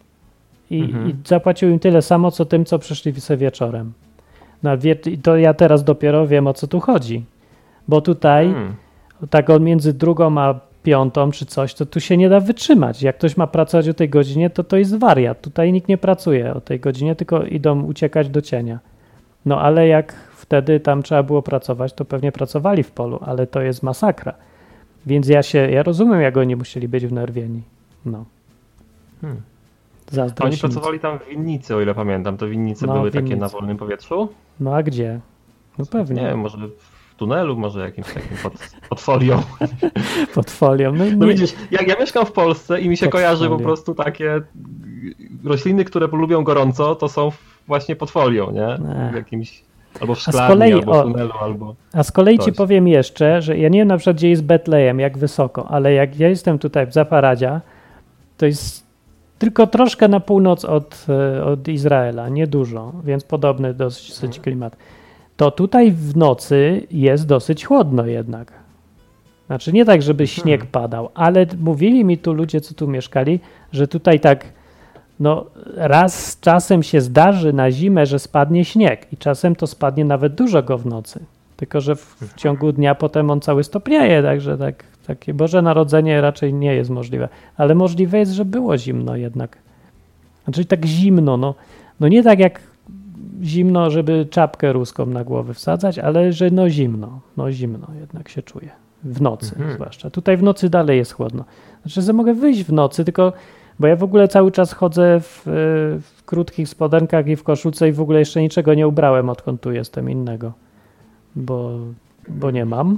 I, Mhm. i zapłacił im tyle samo, co tym, co przyszli sobie wieczorem. No wie, i to ja teraz dopiero wiem, o co tu chodzi. Bo tutaj Hmm. tak on między drugą a piątą czy coś, to tu się nie da wytrzymać. Jak ktoś ma pracować o tej godzinie, to to jest wariat. Tutaj nikt nie pracuje o tej godzinie, tylko idą uciekać do cienia. No ale jak wtedy tam trzeba było pracować, to pewnie pracowali w polu, ale to jest masakra. Więc ja się, ja rozumiem, jak oni musieli być wnerwieni. No. Hmm. A Zazdrośnicy. oni pracowali tam w winnicy, o ile pamiętam. Te winnice No, były winnicy. takie na wolnym powietrzu? No a gdzie? No pewnie. Nie wiem, może w tunelu, może jakimś takim pod, pod folią. Pod folią. No, No nie, widzisz, jak ja mieszkam w Polsce i mi się Pod kojarzy po folią. prostu takie rośliny, które lubią gorąco, to są właśnie pod folią, nie? Ech. W jakimś albo w z szklarni, kolei, albo o, w tunelu, albo... A z kolei ci Coś. powiem jeszcze, że ja nie wiem na przykład, gdzie jest Betlejem, jak wysoko, ale jak ja jestem tutaj w Zaparadzia, to jest tylko troszkę na północ od, e, od Izraela, niedużo, więc podobny dosyć klimat. To tutaj w nocy jest dosyć chłodno jednak. Znaczy nie tak, żeby śnieg padał, ale mówili mi tu ludzie, co tu mieszkali, że tutaj tak no raz z czasem się zdarzy na zimę, że spadnie śnieg i czasem to spadnie nawet dużo go w nocy. Tylko że w, w ciągu dnia potem on cały stopnieje, także tak, takie Boże Narodzenie raczej nie jest możliwe. Ale możliwe jest, że było zimno jednak. Znaczy tak zimno, no, no nie tak jak zimno, żeby czapkę ruską na głowę wsadzać, ale że no zimno, no zimno jednak się czuje. W nocy Mhm. zwłaszcza. Tutaj w nocy dalej jest chłodno. Znaczy, że mogę wyjść w nocy, tylko bo ja w ogóle cały czas chodzę w, w krótkich spodenkach i w koszulce i w ogóle jeszcze niczego nie ubrałem, odkąd tu jestem innego. Bo, bo nie mam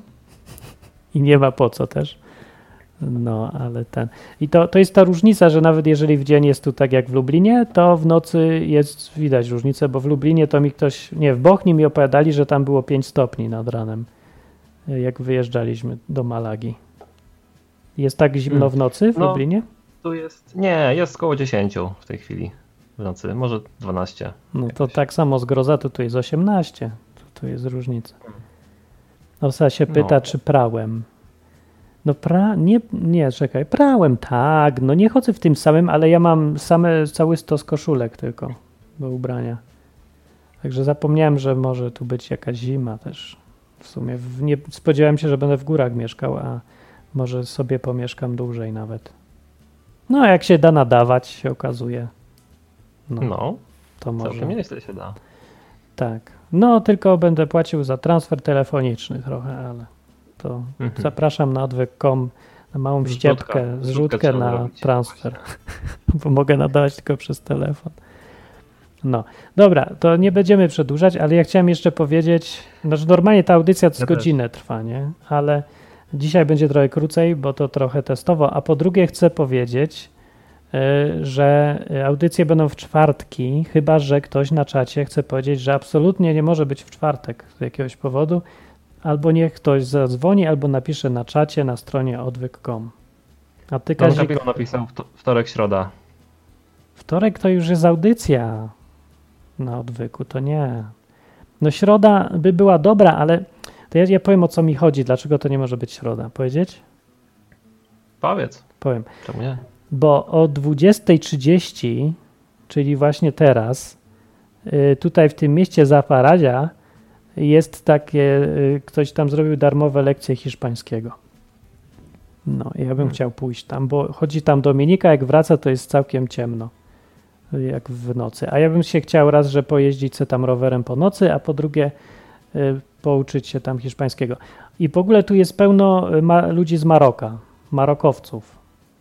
i nie ma po co też. No, ale ten. I to, to jest ta różnica, że nawet jeżeli w dzień jest tu tak jak w Lublinie, to w nocy jest widać różnicę, bo w Lublinie to mi ktoś, nie, w Bochni mi opowiadali, że tam było pięć stopni nad ranem, jak wyjeżdżaliśmy do Malagi. Jest tak zimno w nocy w No. Lublinie? Tu jest... Nie, jest około dziesięć w tej chwili w nocy, może dwanaście. No to tak samo z Groza, to tu jest osiemnaście. To tu jest różnica. Osa się pyta, No. czy prałem. No pra... Nie, nie, czekaj. Prałem, tak. No nie chodzę w tym samym, ale ja mam same, cały stos koszulek tylko do ubrania. Także zapomniałem, że może tu być jakaś zima też. W sumie w, nie spodziewałem się, że będę w górach mieszkał, a może sobie pomieszkam dłużej nawet. No jak się da nadawać, się okazuje. No, No, to może. całkiem nieźle się da. Tak. No, tylko będę płacił za transfer telefoniczny trochę, ale to Mhm. zapraszam na odwyk kropka com na małą Zrzutka. ściepkę, Zrzutkę zrzutkę trzeba na zrobić. transfer, bo mogę nadawać tylko przez telefon. No, dobra, to nie będziemy przedłużać, ale ja chciałem jeszcze powiedzieć, znaczy normalnie ta audycja to Ja godzinę trwa, nie? Ale dzisiaj będzie trochę krócej, bo to trochę testowo, a po drugie chcę powiedzieć, y, że audycje będą w czwartki, chyba że ktoś na czacie chce powiedzieć, że absolutnie nie może być w czwartek z jakiegoś powodu, albo niech ktoś zadzwoni, albo napisze na czacie na stronie odwyk kropka com. A ty, Don Kazik, Camilo napisał wto- wtorek, środa. wtorek to już jest audycja na odwyku, to nie. No środa by była dobra, ale to ja, ja powiem, o co mi chodzi, dlaczego to nie może być środa. Powiedzieć? Powiedz, Powiem. czemu nie? Bo o dwudziesta trzydzieści, czyli właśnie teraz, y, tutaj w tym mieście Zaparadzia jest takie, y, ktoś tam zrobił darmowe lekcje hiszpańskiego. No, ja bym Hmm. chciał pójść tam, bo chodzi tam Dominika, jak wraca, to jest całkiem ciemno, jak w nocy. A ja bym się chciał raz, że pojeździć se tam rowerem po nocy, a po drugie y, pouczyć się tam hiszpańskiego. I w ogóle tu jest pełno y, ma, ludzi z Maroka, Marokowców.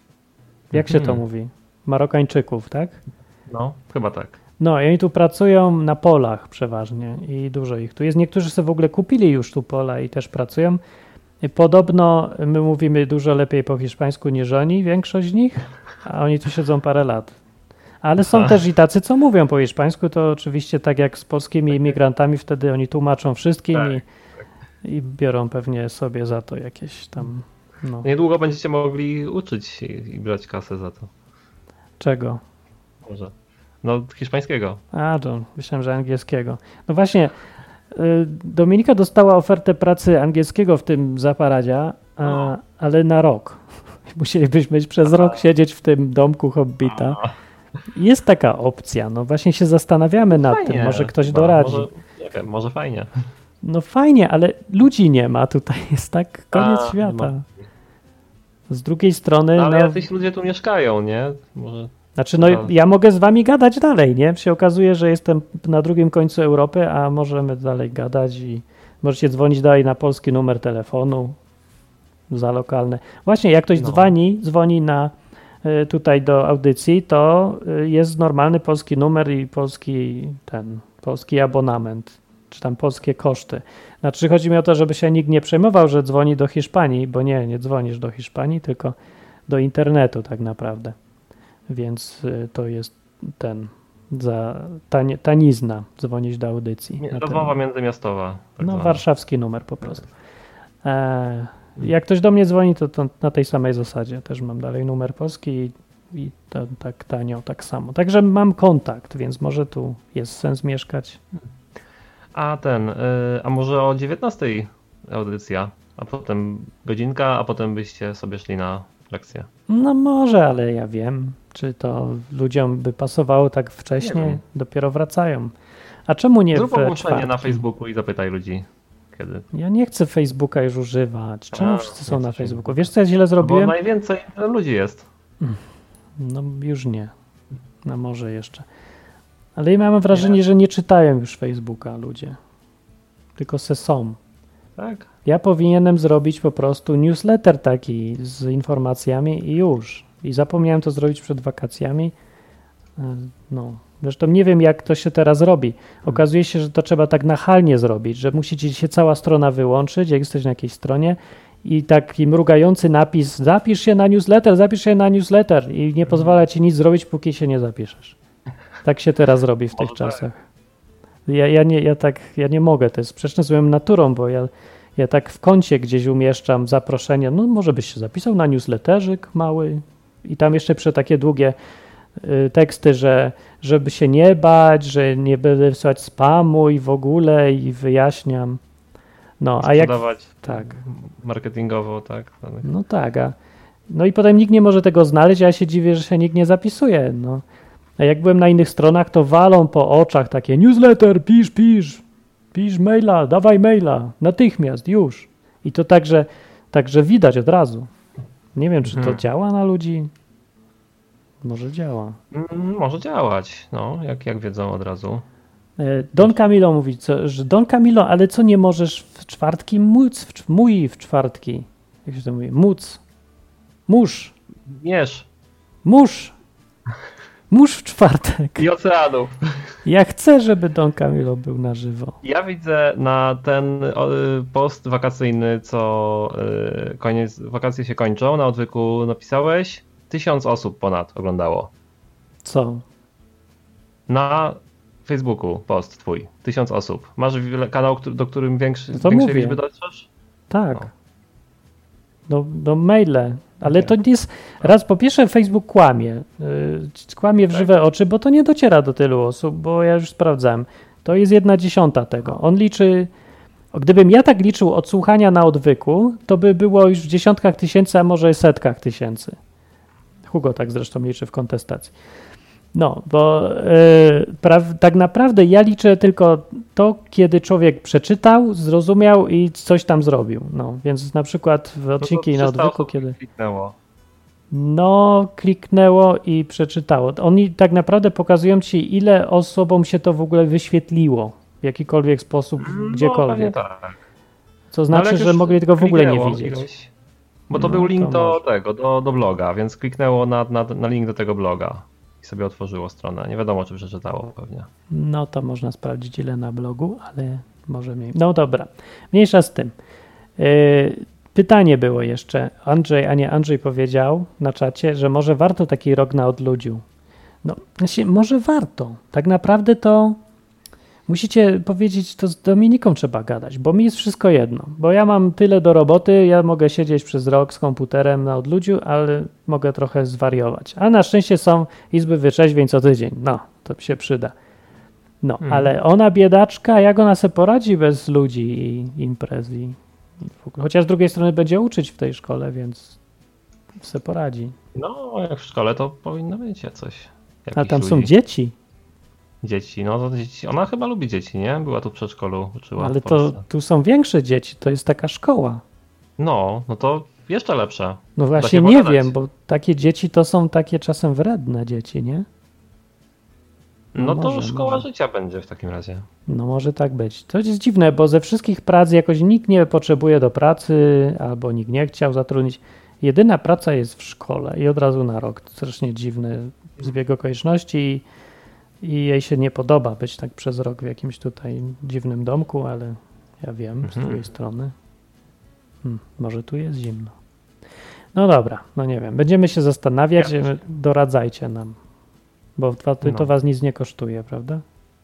Jak się to Mhm. mówi? Marokańczyków, tak? No, chyba tak. No i oni tu pracują na polach przeważnie i dużo ich tu jest. Niektórzy sobie w ogóle kupili już tu pola i też pracują. I podobno my mówimy dużo lepiej po hiszpańsku niż oni, większość z nich, a oni tu siedzą parę lat. Ale są Aha. też i tacy, co mówią po hiszpańsku, to oczywiście tak jak z polskimi imigrantami, wtedy oni tłumaczą wszystkim Tak, i, i biorą pewnie sobie za to jakieś tam, no, Niedługo będziecie mogli uczyć i, i brać kasę za to. czego? Może. No, hiszpańskiego. A, to myślałem, że angielskiego. No właśnie, y, Dominika dostała ofertę pracy angielskiego w tym Zaparadzia, a, No. ale na rok. Musielibyśmy przez rok siedzieć w tym domku Hobbita. A, Jest taka opcja, no właśnie się zastanawiamy nad tym, fajnie. może ktoś Chyba, doradzi. Może, nie wiem, może fajnie. No fajnie, ale ludzi nie ma tutaj, jest tak koniec A, świata. no. Z drugiej strony, No, ale no, jacyś ludzie tu mieszkają, nie? Może. znaczy no no. ja mogę z wami gadać dalej, nie? Się okazuje, że jestem na drugim końcu Europy, a możemy dalej gadać i możecie dzwonić dalej na polski numer telefonu za lokalne. Właśnie, jak ktoś No. dzwoni, dzwoni na y, tutaj do audycji, to y, jest normalny polski numer i polski ten, polski abonament, czy tam polskie koszty. Znaczy chodzi mi o to, żeby się nikt nie przejmował, że dzwoni do Hiszpanii, bo nie, nie dzwonisz do Hiszpanii, tylko do internetu tak naprawdę. Więc y, to jest ten, za tanie, tanizna dzwonić do audycji. Nie, na rozmowa ten- międzymiastowa. Tak no, zwana. warszawski numer po prostu. E, jak ktoś do mnie dzwoni, to, to na tej samej zasadzie też mam dalej numer polski i, i to tak tanio, tak samo. Także mam kontakt, więc może tu jest sens mieszkać. A ten, y, a może o dziewiętnastej audycja, a potem godzinka, a potem byście sobie szli na lekcję. No może, ale ja wiem, czy to ludziom by pasowało tak wcześnie, Nie wiem. dopiero wracają. A czemu nie Zrób w ogłoszenie czwartki? na Facebooku i zapytaj ludzi, kiedy. Ja nie chcę Facebooka już używać. Czemu A, wszyscy są nie na chcesz. Facebooku? Wiesz, co ja źle Bo zrobiłem? najwięcej ludzi jest. No już nie. No może jeszcze. Ale ja mam wrażenie, że nie czytają już Facebooka ludzie. Tylko se są. Tak? Ja powinienem zrobić po prostu newsletter taki z informacjami i już. I zapomniałem to zrobić przed wakacjami. E, No, zresztą nie wiem, jak to się teraz robi. Okazuje się, że to trzeba tak nachalnie zrobić, że musi ci się cała strona wyłączyć, jak jesteś na jakiejś stronie i taki mrugający napis zapisz się na newsletter, zapisz się na newsletter i nie pozwala ci nic zrobić, póki się nie zapiszesz. Tak się teraz robi w tych Może tak. czasach. Ja, ja, nie, ja tak, ja nie mogę, to jest sprzeczne z moją naturą, bo ja, ja tak w koncie gdzieś umieszczam zaproszenia, no może byś się zapisał na newsletterzyk mały i tam jeszcze przy takie długie y, teksty, że żeby się nie bać, że nie będę wysłać spamu i w ogóle i wyjaśniam. No, a jak... Sprzedawać Tak. marketingowo, tak? No tak, a... No i potem nikt nie może tego znaleźć, a ja się dziwię, że się nikt nie zapisuje, no. A jak byłem na innych stronach, to walą po oczach takie newsletter, pisz, pisz, pisz maila, dawaj maila, natychmiast, już. I to także, także widać od razu. Nie wiem, czy to Mhm. działa na ludzi. Może działa. Mm, może działać, no, jak, jak wiedzą od razu. E, Don Camilo mówi, co, że Don Camilo, ale co nie możesz w czwartki móc, w, cz- mój w czwartki. Jak się to mówi? Móc. Mórz. Mierz Mórz. Mórz w czwartek. i oceanów. Ja chcę, żeby Don Camilo był na żywo. Ja widzę na ten post wakacyjny, co koniec, wakacje się kończą, na odwyku napisałeś, tysiąc osób ponad oglądało. Co? Na Facebooku post twój, tysiąc osób. Masz kanał, do którym większy, No to większej mówię. liczby dotrzesz? Tak. No. Do, do maile. Ale Nie. to nie jest. Raz po pierwsze, Facebook kłamie. Yy, kłamie w Tak. żywe oczy, bo to nie dociera do tylu osób, bo ja już sprawdzałem. To jest jedna dziesiąta tego. On liczy. Gdybym ja tak liczył odsłuchania na odwyku, to by było już w dziesiątkach tysięcy, a może setkach tysięcy. Hugo tak zresztą liczy w kontestacji. No, bo yy, pra- tak naprawdę ja liczę tylko to, kiedy człowiek przeczytał, zrozumiał i coś tam zrobił. No, więc na przykład w odcinki No to na trzysta odwyku, osób kiedy kliknęło. no kliknęło i przeczytało. Oni tak naprawdę pokazują ci, ile osobom się to w ogóle wyświetliło w jakikolwiek sposób, No, pewnie gdziekolwiek. tak. Co No, ale znaczy, jak że już mogli tego w ogóle nie kliknęło widzieć. ileś- Bo to No, był link to do może. tego, do, do bloga, więc kliknęło na, na, na link do tego bloga i sobie otworzyło stronę. Nie wiadomo, czy przeczytało pewnie. No to można sprawdzić, ile na blogu, ale może mniej. No dobra, mniejsza z tym. Yy, pytanie było jeszcze. Andrzej, a nie Andrzej powiedział na czacie, że może warto taki rok na odludziu. No, znaczy, może warto. Tak naprawdę to musicie powiedzieć, to z Dominiką trzeba gadać, bo mi jest wszystko jedno. Bo ja mam tyle do roboty, ja mogę siedzieć przez rok z komputerem na odludziu, ale mogę trochę zwariować. A na szczęście są izby wyczeźwień co tydzień. No, to się przyda. No, Mhm. ale ona biedaczka, jak ona se poradzi bez ludzi i imprez i, i w ogóle. Chociaż z drugiej strony będzie uczyć w tej szkole, więc se poradzi. No, jak w szkole to powinno być coś. A jakichś tam są ludzi. dzieci, Dzieci, no to dzieci. Ona chyba lubi dzieci, nie? Była tu w przedszkolu, uczyła ale w to Polsce. tu są większe dzieci, to jest taka szkoła. No, no to jeszcze lepsze. No Da właśnie się nie pogadać. wiem, bo takie dzieci to są takie czasem wredne dzieci, nie? No, No to może, szkoła może. życia będzie w takim razie. No może tak być. To jest dziwne, bo ze wszystkich prac jakoś nikt nie potrzebuje do pracy albo nikt nie chciał zatrudnić. Jedyna praca jest w szkole i od razu na rok. To strasznie dziwny zbieg okoliczności i, i jej się nie podoba być tak przez rok w jakimś tutaj dziwnym domku, ale ja wiem z Mhm. drugiej strony. Hmm, może tu jest zimno. No dobra, no nie wiem. Będziemy się zastanawiać, Ja e, doradzajcie nam. Bo to, to No. was nic nie kosztuje, prawda?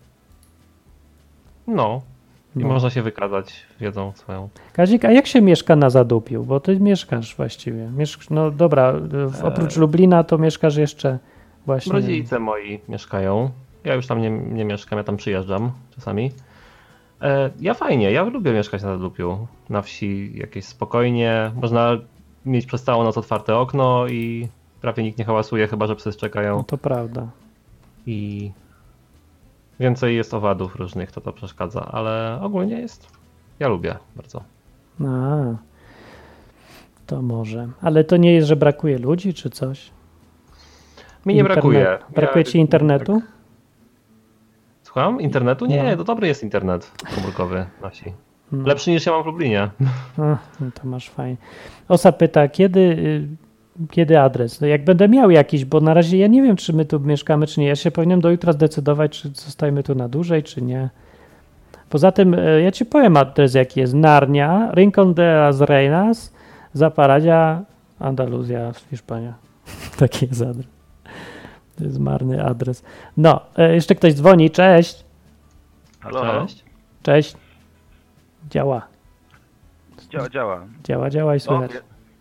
No. I No. można się wykazać wiedzą swoją. Kazik, a jak się mieszka na Zadupiu? Bo ty mieszkasz właściwie. Mieszk- no dobra, w- oprócz Lublina to mieszkasz jeszcze właśnie. Rodzice moi mieszkają. Ja już tam nie, nie mieszkam, ja tam przyjeżdżam czasami. E, ja fajnie, ja lubię mieszkać na Zadupiu. Na wsi jakieś spokojnie. Można mieć przez całą noc otwarte okno i prawie nikt nie hałasuje, chyba że psy No szczekają. to prawda. I więcej jest owadów różnych, to to przeszkadza, ale ogólnie jest. Ja lubię bardzo. A, to może. Ale to nie jest, że brakuje ludzi czy coś? Mi nie Internet- brakuje. Brakuje Ja- ci internetu? tak. Słucham? Internetu? Nie, No. to dobry jest internet komórkowy na wsi. No. Lepszy niż ja mam w Lublinie. Ach, no to masz fajnie. Osa pyta, kiedy, y, kiedy adres? No jak będę miał jakiś, bo na razie ja nie wiem, czy my tu mieszkamy, czy nie. Ja się powinienem do jutra zdecydować, czy zostajemy tu na dłużej, czy nie. Poza tym y, ja ci powiem adres, jaki jest. Narnia, Rincón de las Reinas, Zaparadia, Andaluzja, Hiszpania. Taki jest adres. To jest marny adres. No, y, jeszcze ktoś dzwoni. Cześć. Halo, halo. Cześć. Cześć. Działa. Działa, działa. Działa, działa i O, słychać.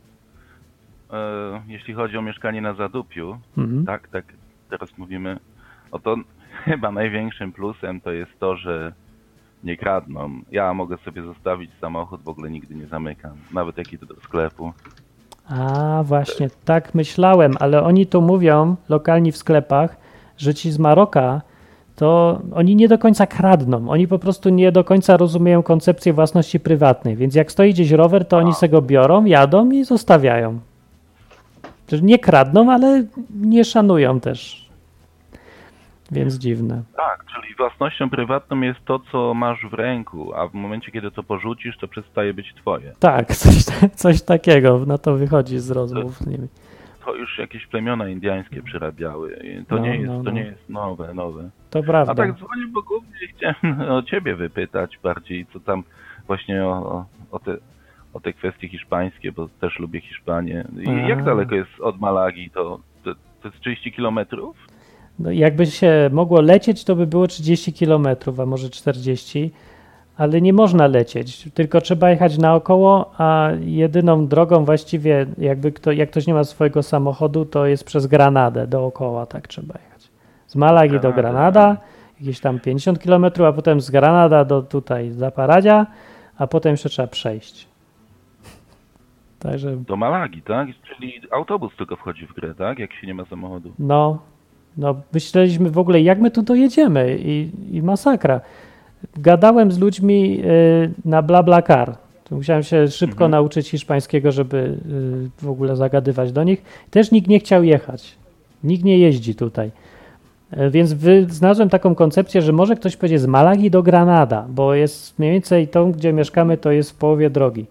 e, jeśli chodzi o mieszkanie na Zadupiu, Mhm. tak, tak, teraz mówimy, o to chyba największym plusem to jest to, że nie kradną. Ja mogę sobie zostawić samochód, w ogóle nigdy nie zamykam, nawet jak idę do sklepu. A, właśnie, tak myślałem, ale oni tu mówią, lokalni w sklepach, że ci z Maroka, to oni nie do końca kradną. Oni po prostu nie do końca rozumieją koncepcję własności prywatnej, więc jak stoi gdzieś rower, to oni se go biorą, jadą i zostawiają. Czyli nie kradną, ale nie szanują też. Więc dziwne. Tak, czyli własnością prywatną jest to, co masz w ręku, a w momencie, kiedy to porzucisz, to przestaje być twoje. Tak, coś, coś takiego, na to wychodzi z rozmów z nimi. to już jakieś plemiona indyjskie przerabiały. I To, No, nie jest, no, to no. nie jest nowe, nowe. To A prawda. tak dzwonię, bo głównie chciałem o ciebie wypytać bardziej, co tam właśnie o, o, o, te, o te kwestie hiszpańskie, bo też lubię Hiszpanię. I A. jak daleko jest od Malagi? To, to, to jest trzydzieści kilometrów? No, jakby się mogło lecieć, to by było trzydzieści kilometrów, a może czterdzieści, ale nie można lecieć, tylko trzeba jechać naokoło, a jedyną drogą właściwie, jakby kto, jak ktoś nie ma swojego samochodu, to jest przez Granadę dookoła, tak trzeba jechać. Z Malagi do Granadę, Granada, jakieś tam pięćdziesiąt kilometrów, a potem z Granada do tutaj Zaparadzia, a potem jeszcze trzeba przejść. Także Do Malagi, tak? Czyli autobus tylko wchodzi w grę, tak? Jak się nie ma samochodu. no, no myśleliśmy w ogóle, jak my tu dojedziemy i, i masakra. Gadałem z ludźmi y, na BlaBlaCar. To musiałem się szybko Mhm. nauczyć hiszpańskiego, żeby y, w ogóle zagadywać do nich. Też nikt nie chciał jechać. Nikt nie jeździ tutaj. Y, Więc wy, znalazłem taką koncepcję, że może ktoś powiedzieć z Malagi do Granada, bo jest mniej więcej to, gdzie mieszkamy, to jest w połowie drogi.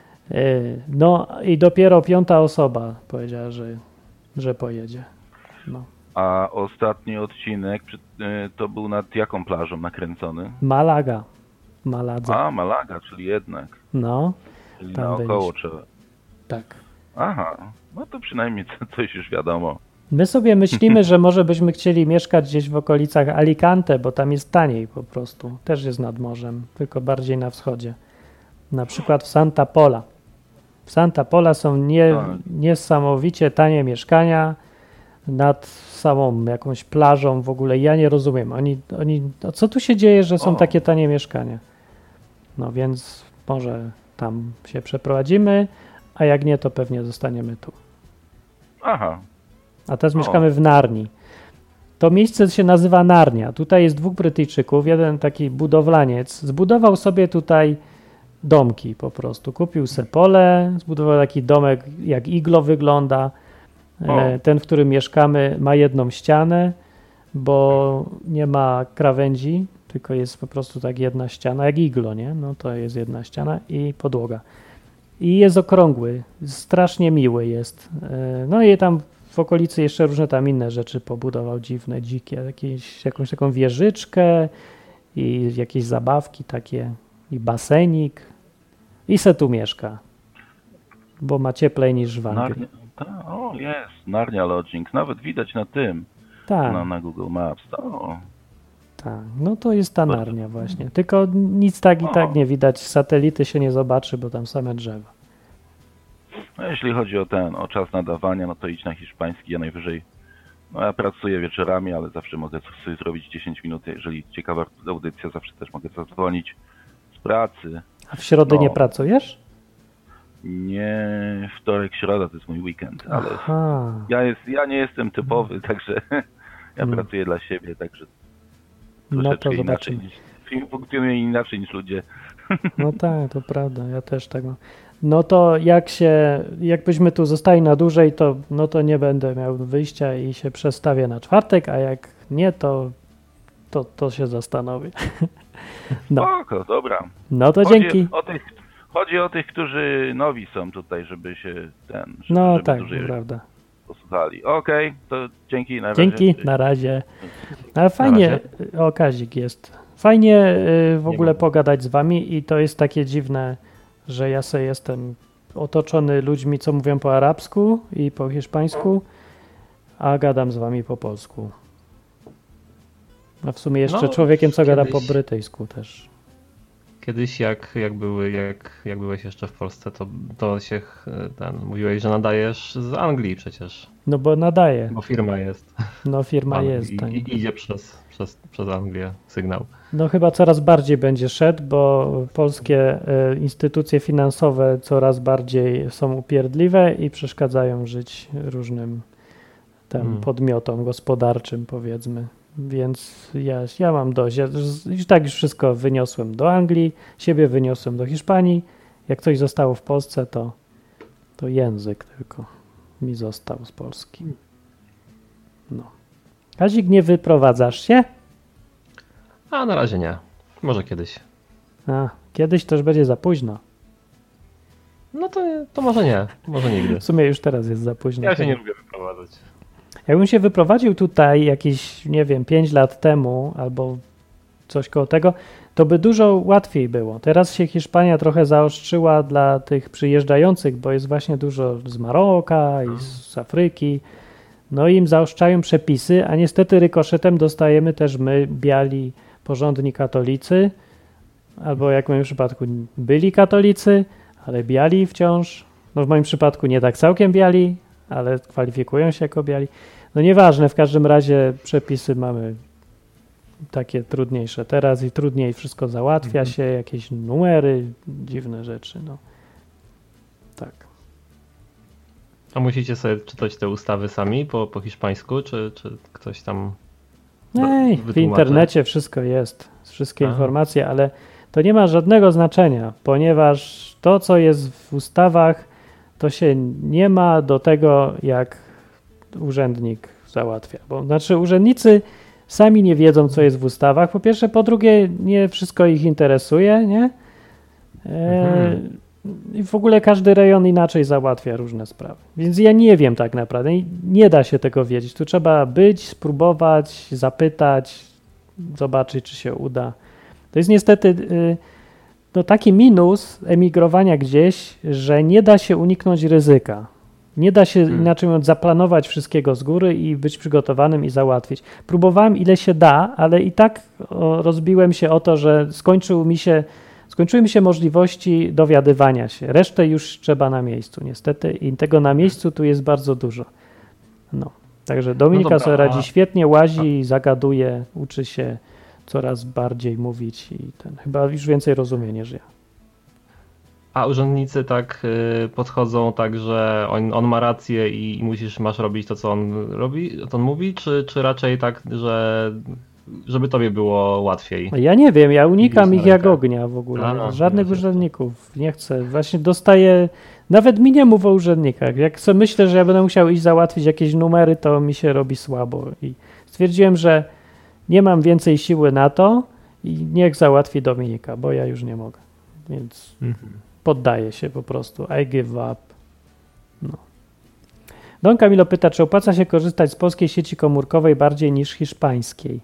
Y, No i dopiero piąta osoba powiedziała, że, że pojedzie. No. A ostatni odcinek przy- y, to był nad jaką plażą nakręcony? Malaga. Maladze. A, Malaga, czyli jednak. No, Czyli Tam naokoło byliśmy. trzeba. tak. Aha, no to przynajmniej co- coś już wiadomo. My sobie myślimy, że może byśmy chcieli mieszkać gdzieś w okolicach Alicante, bo tam jest taniej po prostu. Też jest nad morzem, tylko bardziej na wschodzie. Na przykład w Santa Pola. W Santa Pola są nie, Tak. niesamowicie tanie mieszkania nad samą jakąś plażą w ogóle. Ja nie rozumiem. Oni, oni, a co tu się dzieje, że są O. takie tanie mieszkania? No więc może tam się przeprowadzimy, a jak nie, to pewnie zostaniemy tu. Aha, A teraz O. mieszkamy w Narni. To miejsce się nazywa Narnia. Tutaj jest dwóch Brytyjczyków. Jeden taki budowlaniec zbudował sobie tutaj domki po prostu. Kupił se pole, zbudował taki domek, jak iglo wygląda. O. E, Ten, w którym mieszkamy, ma jedną ścianę, bo nie ma krawędzi, tylko jest po prostu tak jedna ściana, jak iglo, nie? No to jest jedna ściana i podłoga. I jest okrągły, strasznie miły jest. E, No i tam w okolicy jeszcze różne tam inne rzeczy pobudował, dziwne, dzikie, jakieś, jakąś taką wieżyczkę i jakieś zabawki takie i basenik i se tu mieszka, bo ma cieplej niż w Anglii. Narnia, ta, o jest, Narnia Lodging, nawet widać na tym, Tak, na, na Google Maps. O, tak, no to jest ta Narnia właśnie, tylko nic tak i O. tak nie widać, satelity się nie zobaczy, bo tam same drzewa. no jeśli chodzi o ten, o czas nadawania, no to idź na hiszpański, ja najwyżej, no ja pracuję wieczorami, ale zawsze mogę sobie zrobić dziesięć minut, jeżeli ciekawa audycja, zawsze też mogę zadzwonić z pracy. A w środę No. nie pracujesz? Nie wtorek, środa to jest mój weekend, ale Aha, ja, jest, ja nie jestem typowy, także ja Mm. pracuję dla siebie, także no troszeczkę to inaczej zobaczymy. niż, funkcjonuje inaczej niż ludzie. No tak, to prawda, ja też tak mam. No to jak się, jakbyśmy tu zostali na dłużej, to no to nie będę miał wyjścia i się przestawię na czwartek, a jak nie, to to, to się zastanowię. No, Spoko, dobra. no to Chodzi dzięki. o tych, chodzi o tych, którzy nowi są tutaj, żeby się ten, żeby, No żeby tak, dłużej to prawda. posłuchali. Okej, to dzięki, na razie. Dzięki, na razie. Ale fajnie, o Kazik jest. Fajnie y, w ogóle ma. pogadać z wami i to jest takie dziwne, że ja sobie jestem otoczony ludźmi, co mówią po arabsku i po hiszpańsku, a gadam z wami po polsku. A w sumie jeszcze No, człowiekiem, co gada po kiedyś- brytyjsku też. Kiedyś jak, jak, były, jak, jak byłeś jeszcze w Polsce, to, to się ch- ten, mówiłeś, że nadajesz z Anglii przecież, No bo nadaje. bo firma jest. No firma Anglii jest. i, Tak. i idzie przez, przez, przez Anglię sygnał. No chyba coraz bardziej będzie szedł, bo polskie e, instytucje finansowe coraz bardziej są upierdliwe i przeszkadzają żyć różnym tam Hmm. podmiotom gospodarczym, powiedzmy. Więc ja, ja mam dość. Ja już tak już wszystko wyniosłem do Anglii, siebie wyniosłem do Hiszpanii. Jak coś zostało w Polsce, to, to język tylko mi został z Polski. No. Kazik, nie wyprowadzasz się? A na razie nie. Może kiedyś. A, kiedyś to już będzie za późno. No to, to może nie, może nigdy. W sumie już teraz jest za późno. Ja się nie lubię wyprowadzać. Jakbym się wyprowadził tutaj jakieś, nie wiem, pięć lat temu albo coś koło tego, to by dużo łatwiej było. Teraz się Hiszpania trochę zaostrzyła dla tych przyjeżdżających, bo jest właśnie dużo z Maroka i z Afryki. No i im zaostrzają przepisy, a niestety rykoszetem dostajemy też my, biali, porządni katolicy, albo jak w moim przypadku byli katolicy, ale biali wciąż. No w moim przypadku nie tak całkiem biali, ale kwalifikują się jako biali. No nieważne, w każdym razie przepisy mamy takie trudniejsze teraz i trudniej wszystko załatwia się, jakieś numery, dziwne rzeczy, no. Tak. A musicie sobie czytać te ustawy sami po, po hiszpańsku, czy, czy ktoś tam Ej, w wytłumaczy? internecie wszystko jest, wszystkie A. informacje, ale to nie ma żadnego znaczenia, ponieważ to, co jest w ustawach, to się nie ma do tego, jak urzędnik załatwia. Bo znaczy urzędnicy sami nie wiedzą, co jest w ustawach. Po pierwsze, po drugie, nie wszystko ich interesuje, nie? E, I w ogóle każdy rejon inaczej załatwia różne sprawy. Więc ja nie wiem tak naprawdę. I nie da się tego wiedzieć. Tu trzeba być, spróbować, zapytać, zobaczyć, czy się uda. To jest niestety y, no, taki minus emigrowania gdzieś, że nie da się uniknąć ryzyka. Nie da się hmm. inaczej mówiąc zaplanować wszystkiego z góry i być przygotowanym i załatwić. Próbowałem ile się da, ale i tak o, rozbiłem się o to, że skończył mi się, skończyły mi się możliwości dowiadywania się. Resztę już trzeba na miejscu niestety i tego na miejscu tu jest bardzo dużo. No. Także Dominika no sobie radzi świetnie, łazi, zagaduje, uczy się coraz bardziej mówić i ten chyba już więcej rozumie niż ja. A urzędnicy tak y, podchodzą tak, że on, on ma rację i, i musisz, masz robić to, co on robi, to on mówi, czy, czy raczej tak, że żeby tobie było łatwiej? Ja nie wiem, ja unikam ich jak rękę. ognia w ogóle. A, Żadnych no, urzędników nie chcę. Właśnie dostaję, nawet mi nie mów o urzędnikach. Jak sobie myślę, że ja będę musiał iść załatwić jakieś numery, to mi się robi słabo. I stwierdziłem, że nie mam więcej siły na to i niech załatwi Dominika, bo ja już nie mogę. Więc mhm. poddaję się po prostu. I give up. No. Don Camilo pyta, czy opłaca się korzystać z polskiej sieci komórkowej bardziej niż hiszpańskiej?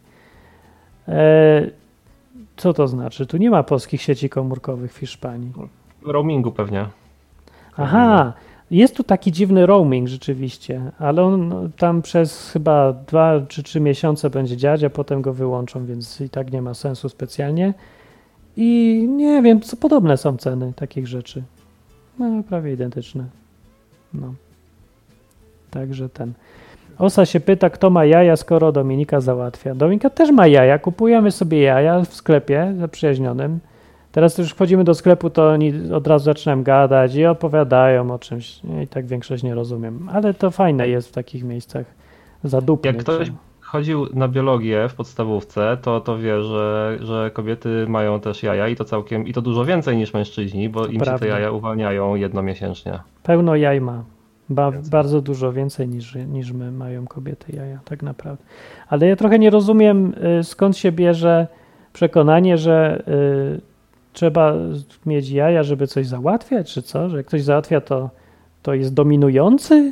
Eee, co to znaczy? Tu nie ma polskich sieci komórkowych w Hiszpanii. W roamingu pewnie. Aha, jest tu taki dziwny roaming rzeczywiście, ale on no, tam przez chyba dwa czy trzy miesiące będzie działać, a potem go wyłączą, więc i tak nie ma sensu specjalnie. I nie wiem, co podobne są ceny takich rzeczy. No, prawie identyczne. No. Także ten. Osa się pyta, kto ma jaja, skoro Dominika załatwia. Dominika też ma jaja. Kupujemy sobie jaja w sklepie zaprzyjaźnionym. Teraz już wchodzimy do sklepu, to oni od razu zaczynają gadać i opowiadają o czymś. I tak większość nie rozumiem. Ale to fajne jest w takich miejscach zadupnych. Jak ktoś chodził na biologię w podstawówce, to, to wie, że, że kobiety mają też jaja i to całkiem, i to dużo więcej niż mężczyźni, bo im się te jaja uwalniają jednomiesięcznie. Pełno jaj ma. Ba, bardzo dużo więcej niż, niż my mają kobiety jaja, tak naprawdę. Ale ja trochę nie rozumiem, y, skąd się bierze przekonanie, że y, trzeba mieć jaja, żeby coś załatwiać, czy co? Że jak ktoś załatwia, to, to jest dominujący?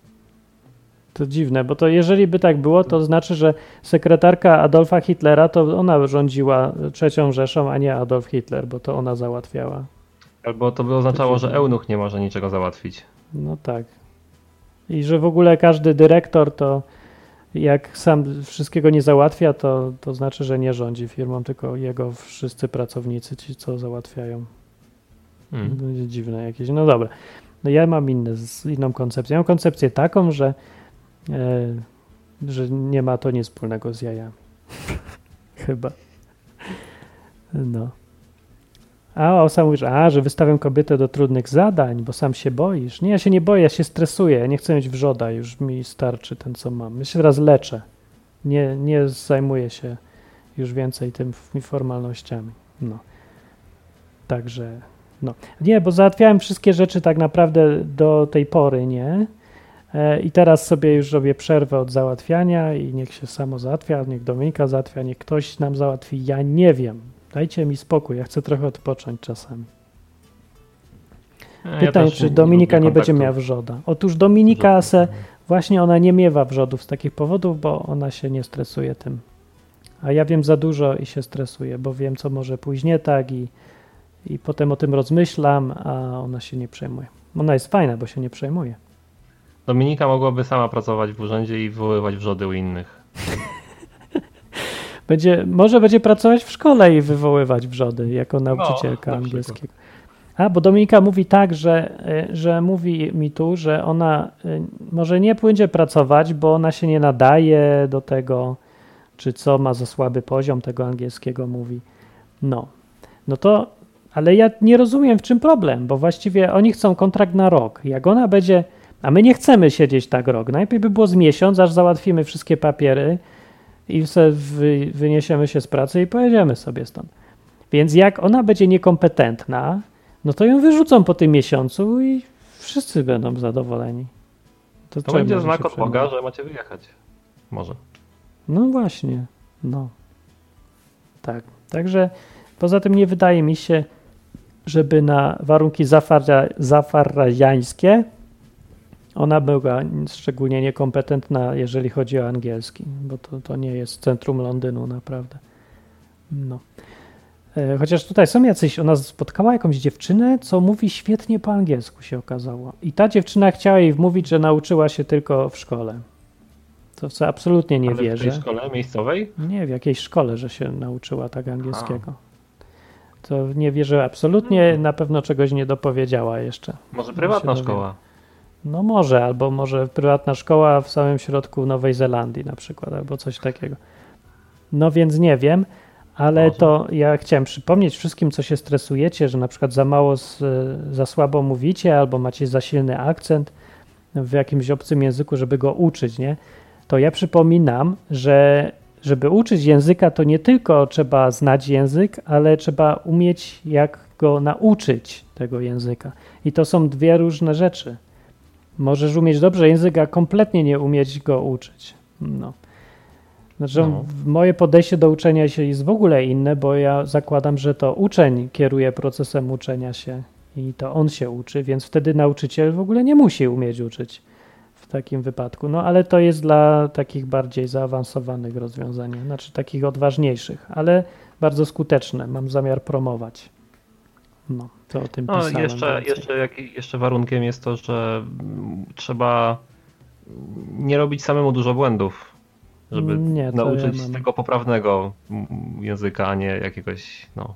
To dziwne, bo to jeżeli by tak było, to znaczy, że sekretarka Adolfa Hitlera, to ona rządziła trzecią Rzeszą, a nie Adolf Hitler, bo to ona załatwiała. Albo to by oznaczało, że eunuch nie może niczego załatwić. No tak. I że w ogóle każdy dyrektor to jak sam wszystkiego nie załatwia, to, to znaczy, że nie rządzi firmą, tylko jego wszyscy pracownicy, ci co załatwiają. Hmm. Będzie dziwne jakieś. No dobra. No ja mam inne, inną koncepcję. Ja mam koncepcję taką, że, e, że nie ma to nic wspólnego z jajami. Chyba. No. A sam mówisz, a, że wystawiam kobietę do trudnych zadań, bo sam się boisz. Nie, ja się nie boję, ja się stresuję, ja nie chcę mieć wrzoda, już mi starczy ten, co mam. Ja się teraz leczę. Nie, nie zajmuję się już więcej tymi formalnościami. No. Także, no. Nie, bo załatwiałem wszystkie rzeczy tak naprawdę do tej pory, nie? E, I teraz sobie już robię przerwę od załatwiania i niech się samo załatwia, niech Dominika załatwia, niech ktoś nam załatwi, ja nie wiem. Dajcie mi spokój, ja chcę trochę odpocząć czasami. Ja Pytanie, też czy Dominika lubię nie będzie kontaktu. miała wrzoda. Otóż Dominika Wrzodu. se, właśnie ona nie miewa wrzodów z takich powodów, bo ona się nie stresuje tym. A ja wiem za dużo i się stresuję, bo wiem, co może pójść nie tak i, i potem o tym rozmyślam, a ona się nie przejmuje. Ona jest fajna, bo się nie przejmuje. Dominika mogłaby sama pracować w urzędzie i wywoływać wrzody u innych. Będzie, może będzie pracować w szkole i wywoływać wrzody jako nauczycielka na angielskiego. A, bo Dominika mówi tak, że, y, że mówi mi tu, że ona y, może nie będzie pracować, bo ona się nie nadaje do tego, czy co, ma za słaby poziom tego angielskiego, mówi. No, no to, ale ja nie rozumiem, w czym problem, bo właściwie oni chcą kontrakt na rok. Jak ona będzie, a my nie chcemy siedzieć tak rok. Najpierw by było z miesiąc, aż załatwimy wszystkie papiery i se wy, wyniesiemy się z pracy i pojedziemy sobie stąd. Więc jak ona będzie niekompetentna, no to ją wyrzucą po tym miesiącu i wszyscy będą zadowoleni. To czemu będzie się znak od przejmować? Boga, że macie wyjechać. Może. No właśnie, no. Tak, także poza tym nie wydaje mi się, żeby na warunki zafara, zafarajańskie ona była szczególnie niekompetentna, jeżeli chodzi o angielski, bo to, to nie jest centrum Londynu naprawdę. No. E, Chociaż tutaj są jacyś, ona spotkała jakąś dziewczynę, co mówi świetnie po angielsku, się okazało. I ta dziewczyna chciała jej wmówić, że nauczyła się tylko w szkole. To w co absolutnie nie Ale wierzę. w tej szkole miejscowej? Nie, w jakiejś szkole, że się nauczyła tak angielskiego. To nie wierzę absolutnie, na pewno czegoś nie dopowiedziała jeszcze. Może się prywatna dowie. szkoła. No może, albo może prywatna szkoła w samym środku Nowej Zelandii na przykład, albo coś takiego. No więc nie wiem, ale Może. to ja chciałem przypomnieć wszystkim, co się stresujecie, że na przykład za mało, z, za słabo mówicie, albo macie za silny akcent w jakimś obcym języku, żeby go uczyć, nie? To ja przypominam, że żeby uczyć języka, to nie tylko trzeba znać język, ale trzeba umieć, jak go nauczyć tego języka. I to są dwie różne rzeczy. Możesz umieć dobrze język, a kompletnie nie umieć go uczyć. No. Znaczy, No. moje podejście do uczenia się jest w ogóle inne, bo ja zakładam, że to uczeń kieruje procesem uczenia się i to on się uczy, więc wtedy nauczyciel w ogóle nie musi umieć uczyć w takim wypadku. No ale to jest dla takich bardziej zaawansowanych rozwiązań, znaczy takich odważniejszych, ale bardzo skuteczne. Mam zamiar promować. No, to o tym No pisałem. jeszcze, więcej. jeszcze, jak, jeszcze warunkiem jest to, że mm, trzeba nie robić samemu dużo błędów, żeby Nie, to nauczyć ja mam- tego poprawnego mm, języka, a nie jakiegoś, no,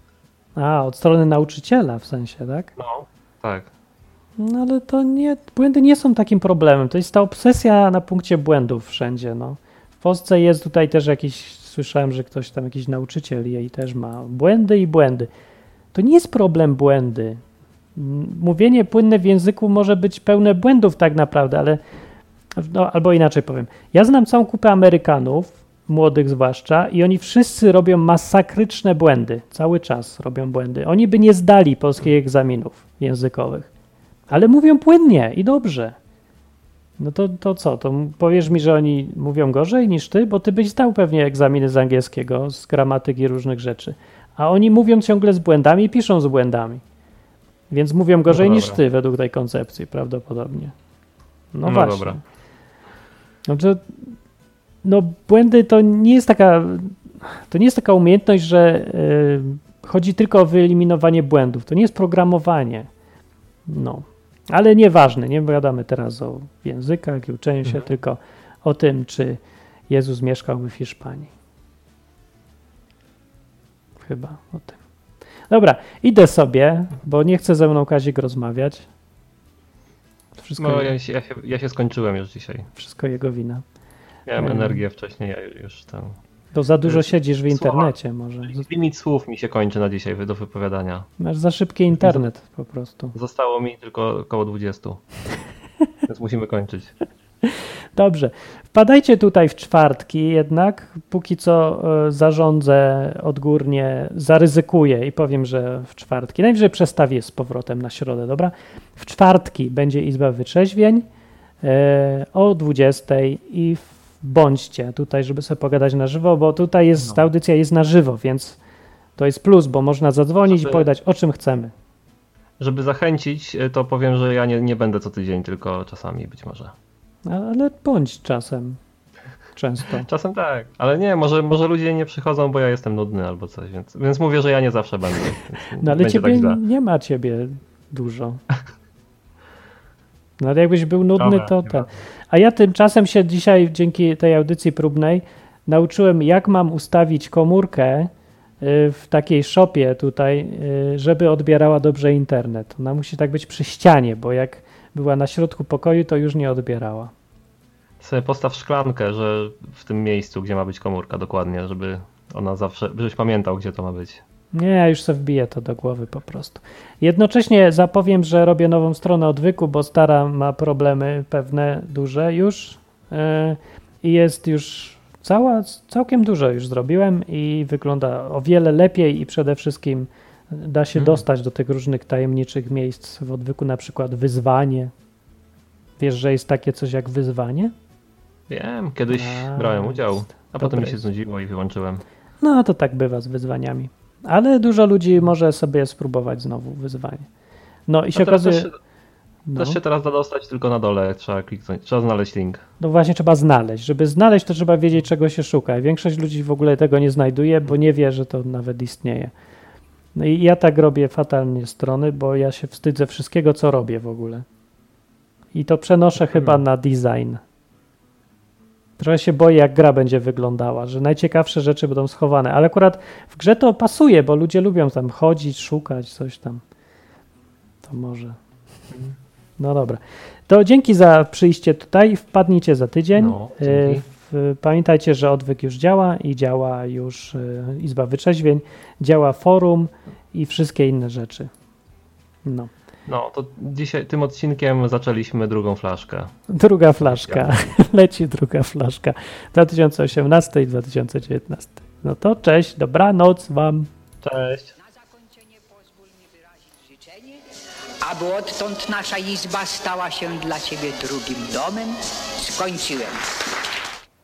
A, od strony nauczyciela w sensie, tak? no, tak. No ale to nie, błędy nie są takim problemem. To jest ta obsesja na punkcie błędów wszędzie, no. W Polsce jest tutaj też jakiś, słyszałem, że ktoś tam, jakiś nauczyciel jej też ma błędy i błędy. To nie jest problem błędy. M- Mówienie płynne w języku może być pełne błędów tak naprawdę, ale no, albo inaczej powiem. Ja znam całą kupę Amerykanów, młodych zwłaszcza, i oni wszyscy robią masakryczne błędy. Cały czas robią błędy. Oni by nie zdali polskich egzaminów językowych, ale mówią płynnie i dobrze. No to, to co? To m- powiesz mi, że oni mówią gorzej niż ty? Bo ty byś zdał pewnie egzaminy z angielskiego, z gramatyki różnych rzeczy. A oni mówią ciągle z błędami i piszą z błędami. Więc mówią gorzej No niż dobra. ty według tej koncepcji prawdopodobnie. No, No właśnie. dobra. Znaczy, no błędy to nie jest taka, to nie jest taka umiejętność, że y, chodzi tylko o wyeliminowanie błędów. To nie jest programowanie. No, ale nieważne, nie gadamy teraz o językach i uczeniu się, Mhm. tylko o tym, czy Jezus mieszkałby w Hiszpanii. Chyba o tym. Dobra, idę sobie, bo nie chce ze mną Kazik rozmawiać. Wszystko, No je- ja się, ja, się, ja się skończyłem już dzisiaj. wszystko jego wina. Miałem Mm. energię wcześniej, ja już tam... Bo za dużo Y, siedzisz w słowa. internecie może. Limit słów mi się kończy na dzisiaj do wypowiadania. Masz za szybki internet po prostu. Zostało mi tylko około dwudziestu. Więc musimy kończyć. Dobrze. Wpadajcie tutaj w czwartki jednak. Póki co e, zarządzę odgórnie, zaryzykuję i powiem, że w czwartki. Najwyżej przestawię z powrotem na środę, dobra? W czwartki będzie Izba Wytrzeźwień e, o dwudziestej i w- bądźcie tutaj, żeby sobie pogadać na żywo, bo tutaj jest, No. ta audycja jest na żywo, więc to jest plus, bo można zadzwonić i Żeby- pogadać o czym chcemy. żeby zachęcić, to powiem, że ja nie, nie będę co tydzień, tylko czasami być może. Ale bądź czasem. Często. Czasem tak, ale nie, może, może ludzie nie przychodzą, bo ja jestem nudny albo coś, więc, więc mówię, że ja nie zawsze będę. No ale Będzie ciebie tak źle. nie ma ciebie dużo. No ale jakbyś był nudny, Dobra, to nie ten. ma. A ja tymczasem się dzisiaj dzięki tej audycji próbnej nauczyłem, jak mam ustawić komórkę y, w takiej shopie tutaj, y, żeby odbierała dobrze internet. Ona musi tak być przy ścianie, bo jak była na środku pokoju, to już nie odbierała. Sobie postaw szklankę, że w tym miejscu, gdzie ma być komórka dokładnie, żeby ona zawsze, żebyś pamiętał, gdzie to ma być. Nie, ja już sobie wbiję to do głowy po prostu. Jednocześnie zapowiem, że robię nową stronę odwyku, bo stara ma problemy pewne duże już yy, i jest już cała, całkiem dużo już zrobiłem i wygląda o wiele lepiej i przede wszystkim da się Mhm. dostać do tych różnych tajemniczych miejsc w odwyku, na przykład wyzwanie. Wiesz, że jest takie coś jak wyzwanie? Wiem, kiedyś A, brałem udział, a potem mi się jest. znudziło i wyłączyłem. No to tak bywa z wyzwaniami. Ale dużo ludzi może sobie spróbować znowu wyzwanie. No i się A teraz okazuje... też, się- No. też się teraz da dostać, tylko na dole trzeba kliknąć, trzeba znaleźć link. No właśnie trzeba znaleźć. Żeby znaleźć, to trzeba wiedzieć, czego się szuka. I większość ludzi w ogóle tego nie znajduje, bo nie wie, że to nawet istnieje. No i ja tak robię fatalnie strony, bo ja się wstydzę wszystkiego, co robię w ogóle. I to przenoszę chyba na design. Trochę się boję, jak gra będzie wyglądała, że najciekawsze rzeczy będą schowane. Ale akurat w grze to pasuje, bo ludzie lubią tam chodzić, szukać, coś tam. To może... No dobra. To dzięki za przyjście tutaj. Wpadnijcie za tydzień. No, dzięki. E, w- Pamiętajcie, że odwyk już działa i działa już e, Izba Wyczeźwień, działa forum i wszystkie inne rzeczy. No. No, to dzisiaj tym odcinkiem zaczęliśmy drugą flaszkę. Druga flaszka. Leci druga flaszka. dwa tysiące osiemnasty i dwa tysiące dziewiętnasty. No to cześć, dobranoc wam. Cześć! Na zakończenie pozwól mi wyrazić życzenie, aby odtąd nasza izba stała się dla Ciebie drugim domem. Skończyłem.